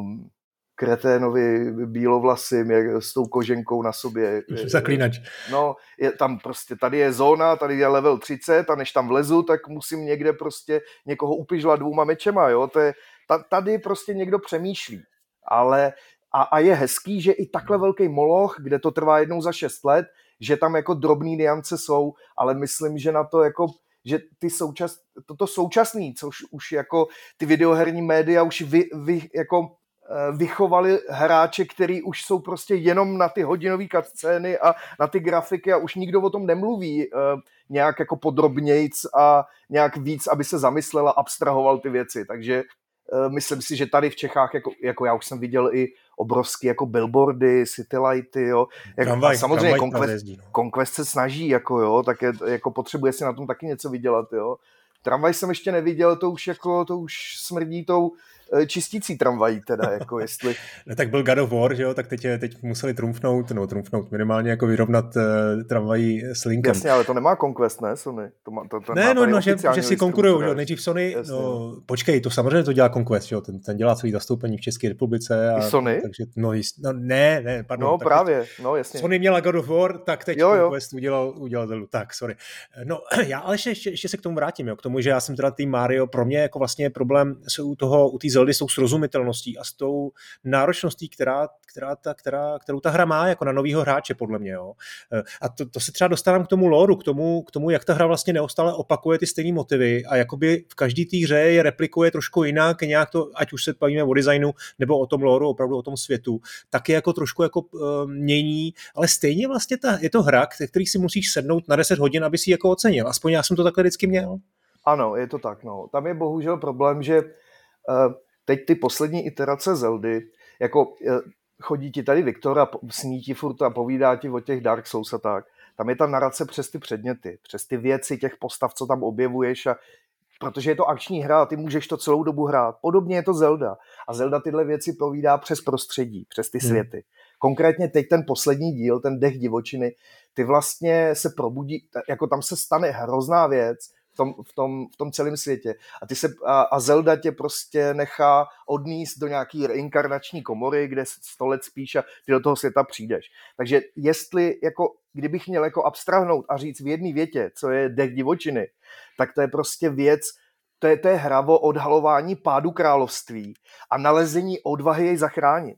kreténovi bílovlasým, jak s tou koženkou na sobě. Zaklínač. No, je tam prostě, tady je zóna, tady je level třicet a než tam vlezu, tak musím někde prostě někoho upižlat dvouma mečema, jo, to je, tady prostě někdo přemýšlí, ale a, a je hezký, že i takhle velký moloch, kde to trvá jednou za šest let, že tam jako drobný niance jsou, ale myslím, že na to jako že ty součas, toto současný, což už jako ty videoherní média už vy, vy jako vychovali hráče, který už jsou prostě jenom na ty hodinové cutscény a na ty grafiky a už nikdo o tom nemluví uh, nějak jako podrobnějc a nějak víc, aby se zamyslel a abstrahoval ty věci. Takže uh, myslím si, že tady v Čechách, jako, jako já už jsem viděl i obrovský jako billboardy, citylighty, jo. Jak, tramvaj, a samozřejmě tramvaj Conquest, jezdí, no. Conquest se snaží, jako jo, tak je, jako potřebuje si na tom taky něco vydělat, jo. Tramvaj jsem ještě neviděl, to už jako, to už smrdí tou čistící tramvají teda, jako jestli... No, tak byl God of War, že jo, tak teď, teď museli trumfnout, no trumfnout, minimálně jako vyrovnat uh, tramvají s Linkem. Jasně, ale to nemá Conquest, ne, Sony? To má, to, to ne, no, no že, že si konkurujou, že nejdřív Sony, jasně, no, počkej, to samozřejmě to dělá Conquest, že jo, ten, ten dělá celý zastoupení v České republice. A, I Sony? Takže, no, jist, no, ne, ne, pardon. No právě, teď, no jasně. Sony měla God of War, tak teď jo, jo. Conquest udělal, udělal Zeldu, tak, sorry. No, já ale ještě, ještě, ještě se k tomu vrátím, jo, k tomu, že já jsem teda tým Mario, pro mě jako vlastně problém u toho, u té Zeldy jsou srozumitelné a s tou náročností, která, která, ta, která, kterou ta hra má jako na novýho hráče, podle mě. Jo. A to, to se třeba dostávám k tomu lóru, k tomu, k tomu, jak ta hra vlastně neustále opakuje ty stejné motivy a jakoby v každý té hře je replikuje trošku jinak, nějak to, ať už se bavíme o designu nebo o tom lóru, opravdu o tom světu, tak je jako trošku jako uh, mění, ale stejně vlastně ta, je to hra, který si musíš sednout na deset hodin, aby si ji jako ocenil. Aspoň já jsem to takhle vždycky měl. Ano, je to tak. No. Tam je bohužel problém, že uh, teď ty poslední iterace Zeldy, jako chodí ti tady Viktor a sní ti furt a povídá ti o těch Dark Souls a tak. Tam je ta narace přes ty předměty, přes ty věci těch postav, co tam objevuješ a protože je to akční hra a ty můžeš to celou dobu hrát. Podobně je to Zelda. A Zelda tyhle věci povídá přes prostředí, přes ty světy. Hmm. Konkrétně teď ten poslední díl, ten Dech divočiny, ty vlastně se probudí, jako tam se stane hrozná věc, V tom, v, tom, v tom celém světě. A, ty se, a, a Zelda tě prostě nechá odníst do nějaký reinkarnační komory, kde sto let spíš a ty do toho světa přijdeš. Takže jestli, jako, kdybych měl jako abstrahnout a říct v jedné větě, co je Dech divočiny, tak to je prostě věc, to je, to je hra o odhalování pádu království a nalezení odvahy jej zachránit.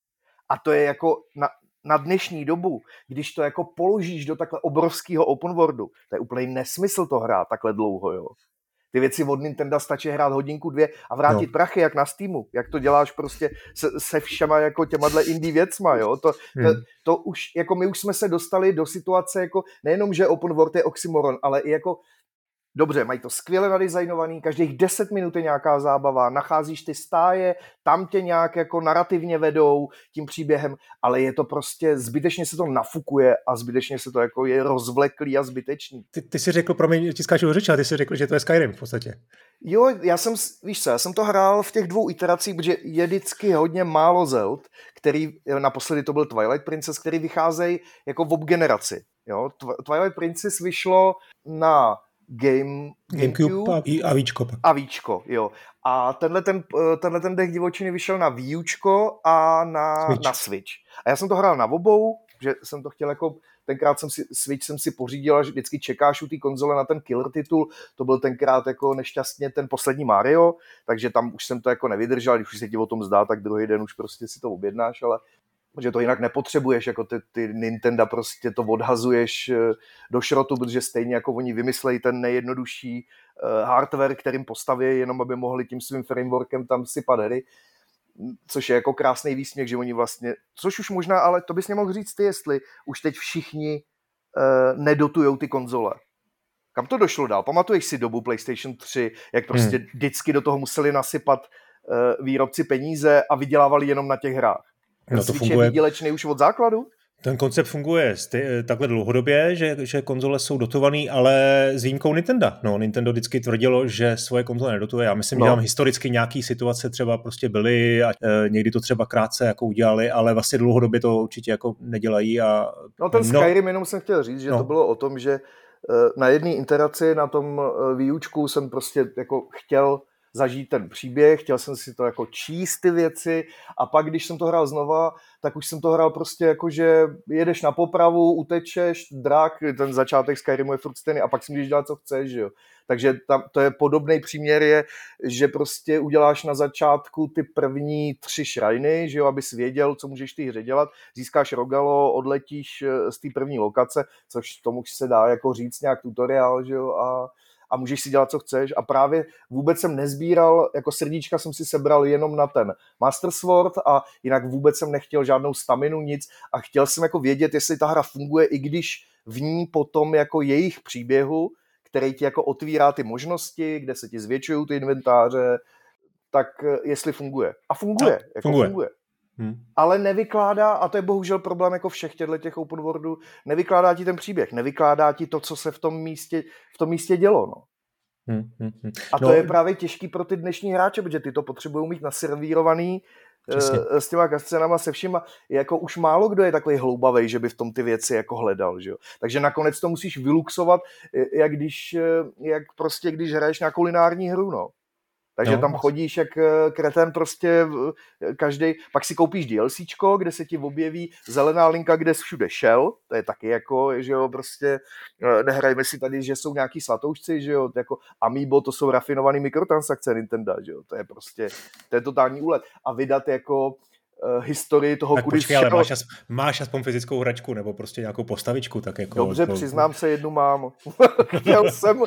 A to je jako... Na, na dnešní dobu, když to jako položíš do takhle obrovského open worldu, to je úplně nesmysl to hrát takhle dlouho, jo. Ty věci od Nintendo stačí hrát hodinku, dvě a vrátit no. prachy, jak na Steamu, jak to děláš prostě se, se všema jako těmadle indie věcma, jo. To, hmm. to, to už, jako my už jsme se dostali do situace, jako nejenom, že open world je oxymoron, ale i jako dobře, mají to skvěle nadizajnovaný, každých deset minut je nějaká zábava, nacházíš ty stáje, tam tě nějak jako narrativně vedou tím příběhem, ale je to prostě, zbytečně se to nafukuje a zbytečně se to jako je rozvleklý a zbytečný. Ty, ty jsi řekl, promiň, ti skáču řeč, ale ty jsi řekl, že to je Skyrim v podstatě. Jo, já jsem, víš co, já jsem to hrál v těch dvou iteracích, protože je vždycky hodně málo Zeld, který, naposledy to byl Twilight Princess, který vycházejí jako v obgeneraci. Jo? Twilight Princess vyšlo na Game, GameCube a Víčko. A Víčko, jo. A tenhle ten, tenhle ten Dech divočiny vyšel na Víčko a na Switch. na Switch. A já jsem to hrál na obou, že jsem to chtěl jako tenkrát jsem si, Switch jsem si pořídil, že vždycky čekáš u té konzole na ten killer titul, to byl tenkrát jako nešťastně ten poslední Mario, takže tam už jsem to jako nevydržel, když už se ti o tom zdá, tak druhý den už prostě si to objednáš, ale že to jinak nepotřebuješ, jako ty, ty Nintendo prostě to odhazuješ do šrotu, protože stejně jako oni vymyslejí ten nejjednodušší uh, hardware, kterým postaví, jenom aby mohli tím svým frameworkem tam sypat hry, což je jako krásný výsměch, že oni vlastně, což už možná, ale to bys mě mohl říct ty, jestli už teď všichni uh, nedotujou ty konzole. Kam to došlo dál? Pamatuješ si dobu PlayStation tři, jak prostě hmm. vždycky do toho museli nasypat uh, výrobci peníze a vydělávali jenom na těch hrách. Ten no to Switch funguje... je výdělečný už od základu? Ten koncept funguje takhle dlouhodobě, že, že konzole jsou dotované, ale s výjimkou Nintendo. No, Nintendo vždycky tvrdilo, že svoje konzole nedotuje. Já myslím, no. že tam historicky nějaký situace třeba prostě byly a e, někdy to třeba krátce jako udělali, ale vlastně dlouhodobě to určitě jako nedělají. A, no ten no, Skyrim jenom jsem chtěl říct, že no. to bylo o tom, že na jedné iteraci na tom výučku jsem prostě jako chtěl zažít ten příběh, chtěl jsem si to jako číst ty věci a pak, když jsem to hrál znova, tak už jsem to hrál prostě jako, že jedeš na popravu, utečeš, drak, ten začátek Skyrimu je furt stejný a pak si můžeš dělat, co chceš, že jo. Takže tam, to je podobný příměr je, že prostě uděláš na začátku ty první tři šrajny, že jo, abys věděl, co můžeš ty hře dělat, získáš rogalo, odletíš z té první lokace, což tomu se dá jako říct nějak tutoriál, že jo, a a můžeš si dělat, co chceš a právě vůbec jsem nezbíral, jako srdíčka jsem si sebral jenom na ten Master Sword a jinak vůbec jsem nechtěl žádnou staminu, nic a chtěl jsem jako vědět, jestli ta hra funguje, i když v ní potom jako jejich příběhu, který ti jako otvírá ty možnosti, kde se ti zvětšují ty inventáře, tak jestli funguje. A funguje, no, jako funguje. funguje. Hmm. Ale nevykládá, a to je bohužel problém jako všech těchto těch open worldů, nevykládá ti ten příběh, nevykládá ti to, co se v tom místě, v tom místě dělo. No. Hmm, hmm, hmm. A to no. je právě těžký pro ty dnešní hráče, protože ty to potřebují mít naservírovaný e, s těma kascenama, se všima. Jako už málo kdo je takový hloubavej, že by v tom ty věci jako hledal. Že jo? Takže nakonec to musíš vyluxovat, jak, když, jak prostě když hraješ nějakou lineární hru. No. Takže no. tam chodíš jak kreten prostě každý, pak si koupíš DLCčko, kde se ti objeví zelená linka, kde všude šel, to je taky jako, že jo, prostě nehrajme si tady, že jsou nějaký svatoušci, že jo, jako Amiibo, to jsou rafinovaný mikrotransakce Nintendo, že jo, to je prostě, to je totální úlet. A vydat jako Uh, historii toho, tak kudy počkej, ale máš, as, máš aspoň fyzickou hračku nebo prostě nějakou postavičku, tak jako... Dobře, to... přiznám se, jednu mám. Chtěl jsem...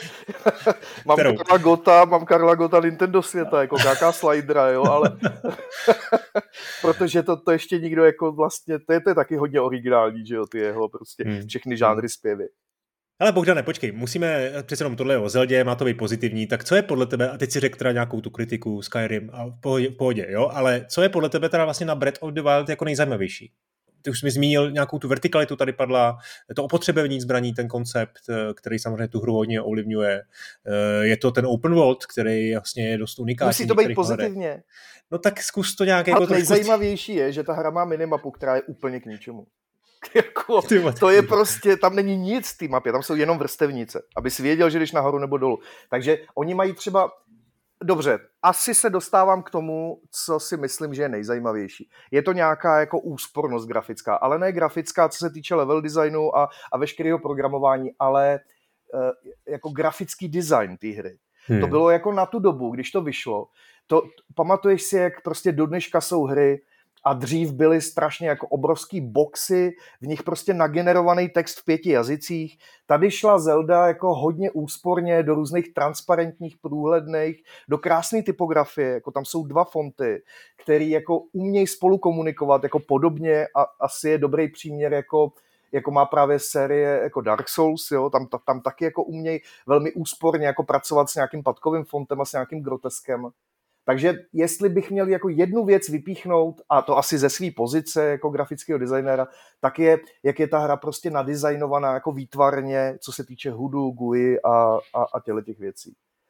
mám Kterou? Karla Gota, mám Karla Gota Nintendo světa, jako K K Slidera, jo, ale... protože to, to ještě nikdo jako vlastně... To je, to je taky hodně originální, že jo, ty jeho prostě hmm. všechny žánry zpěvy. Ale Bohdane, počkej, musíme, přece jenom tohle o Zeldě, má to být pozitivní, tak co je podle tebe, a teď si řekl teda nějakou tu kritiku Skyrim a v pohodě, v pohodě, jo, ale co je podle tebe teda vlastně na Breath of the Wild jako nejzajímavější? Ty už jsi mi zmínil nějakou tu vertikalitu, tady padla, to opotřebení zbraní, ten koncept, který samozřejmě tu hru hodně ovlivňuje. Je to ten open world, který vlastně je dost unikátní. Musí to být pozitivně. Hledech. No tak zkus to nějak... A jako nejzajímavější je, že ta hra má minimapu, která je úplně k ničemu. Jako, to je prostě, tam není nic v té mapě, tam jsou jenom vrstevnice, aby si věděl, že jdeš nahoru nebo dolů. Takže oni mají třeba, dobře, asi se dostávám k tomu, co si myslím, že je nejzajímavější. Je to nějaká jako úspornost grafická, ale ne grafická, co se týče level designu a, a veškerého programování, ale uh, jako grafický design té hry. Hmm. To bylo jako na tu dobu, když to vyšlo. To, pamatuješ si, jak prostě do dneška jsou hry, a dřív byly strašně jako obrovský boxy, v nich prostě nagenerovaný text v pěti jazycích. Tady šla Zelda jako hodně úsporně do různých transparentních, průhledných, do krásné typografie, jako tam jsou dva fonty, který jako umějí spolu komunikovat jako podobně a asi je dobrý příměr jako jako má právě série jako Dark Souls, jo, tam, tam taky jako umějí velmi úsporně jako pracovat s nějakým patkovým fontem a s nějakým groteskem. Takže jestli bych měl jako jednu věc vypíchnout, a to asi ze své pozice jako grafického designéra, tak je, jak je ta hra prostě nadizajnovaná jako výtvarně, co se týče hudu, G U I a, a, a těle těch věcí.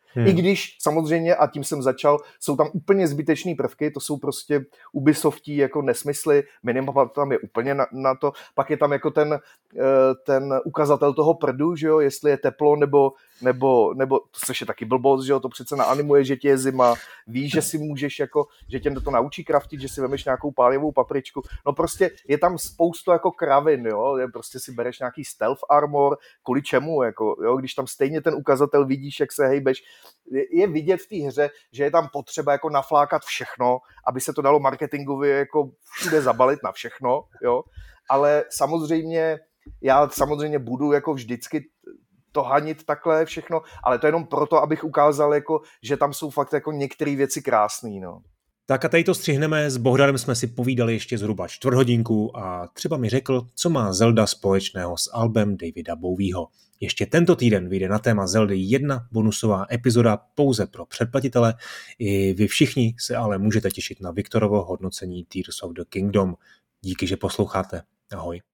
Hmm. I když samozřejmě, a tím jsem začal, jsou tam úplně zbytečný prvky, to jsou prostě Ubisoftí jako nesmysly, minimap tam je úplně na, na to, pak je tam jako ten, ten ukazatel toho prdu, že jo, jestli je teplo nebo, nebo, nebo to je taky blbost, že jo, to přece naanimuje, že ti je zima, víš, že si můžeš jako, že tě to naučí kraftit, že si vemeš nějakou pálivou papričku, no prostě je tam spoustu jako kravin, jo, prostě si bereš nějaký stealth armor, kvůli čemu, jako, jo, když tam stejně ten ukazatel vidíš, jak se hejbeš, je vidět v té hře, že je tam potřeba jako naflákat všechno, aby se to dalo marketingově jako všude zabalit na všechno, jo, ale samozřejmě já samozřejmě budu jako vždycky to hanit takhle všechno, ale to jenom proto, abych ukázal, jako, že tam jsou fakt jako některé věci krásný, no. Tak a tady to střihneme, s Bohdanem jsme si povídali ještě zhruba čtvrthodinku a třeba mi řekl, co má Zelda společného s albem Davida Bowieho. Ještě tento týden vyjde na téma Zeldy jedna bonusová epizoda pouze pro předplatitele. I vy všichni se ale můžete těšit na Viktorovo hodnocení Tears of the Kingdom. Díky, že posloucháte. Ahoj.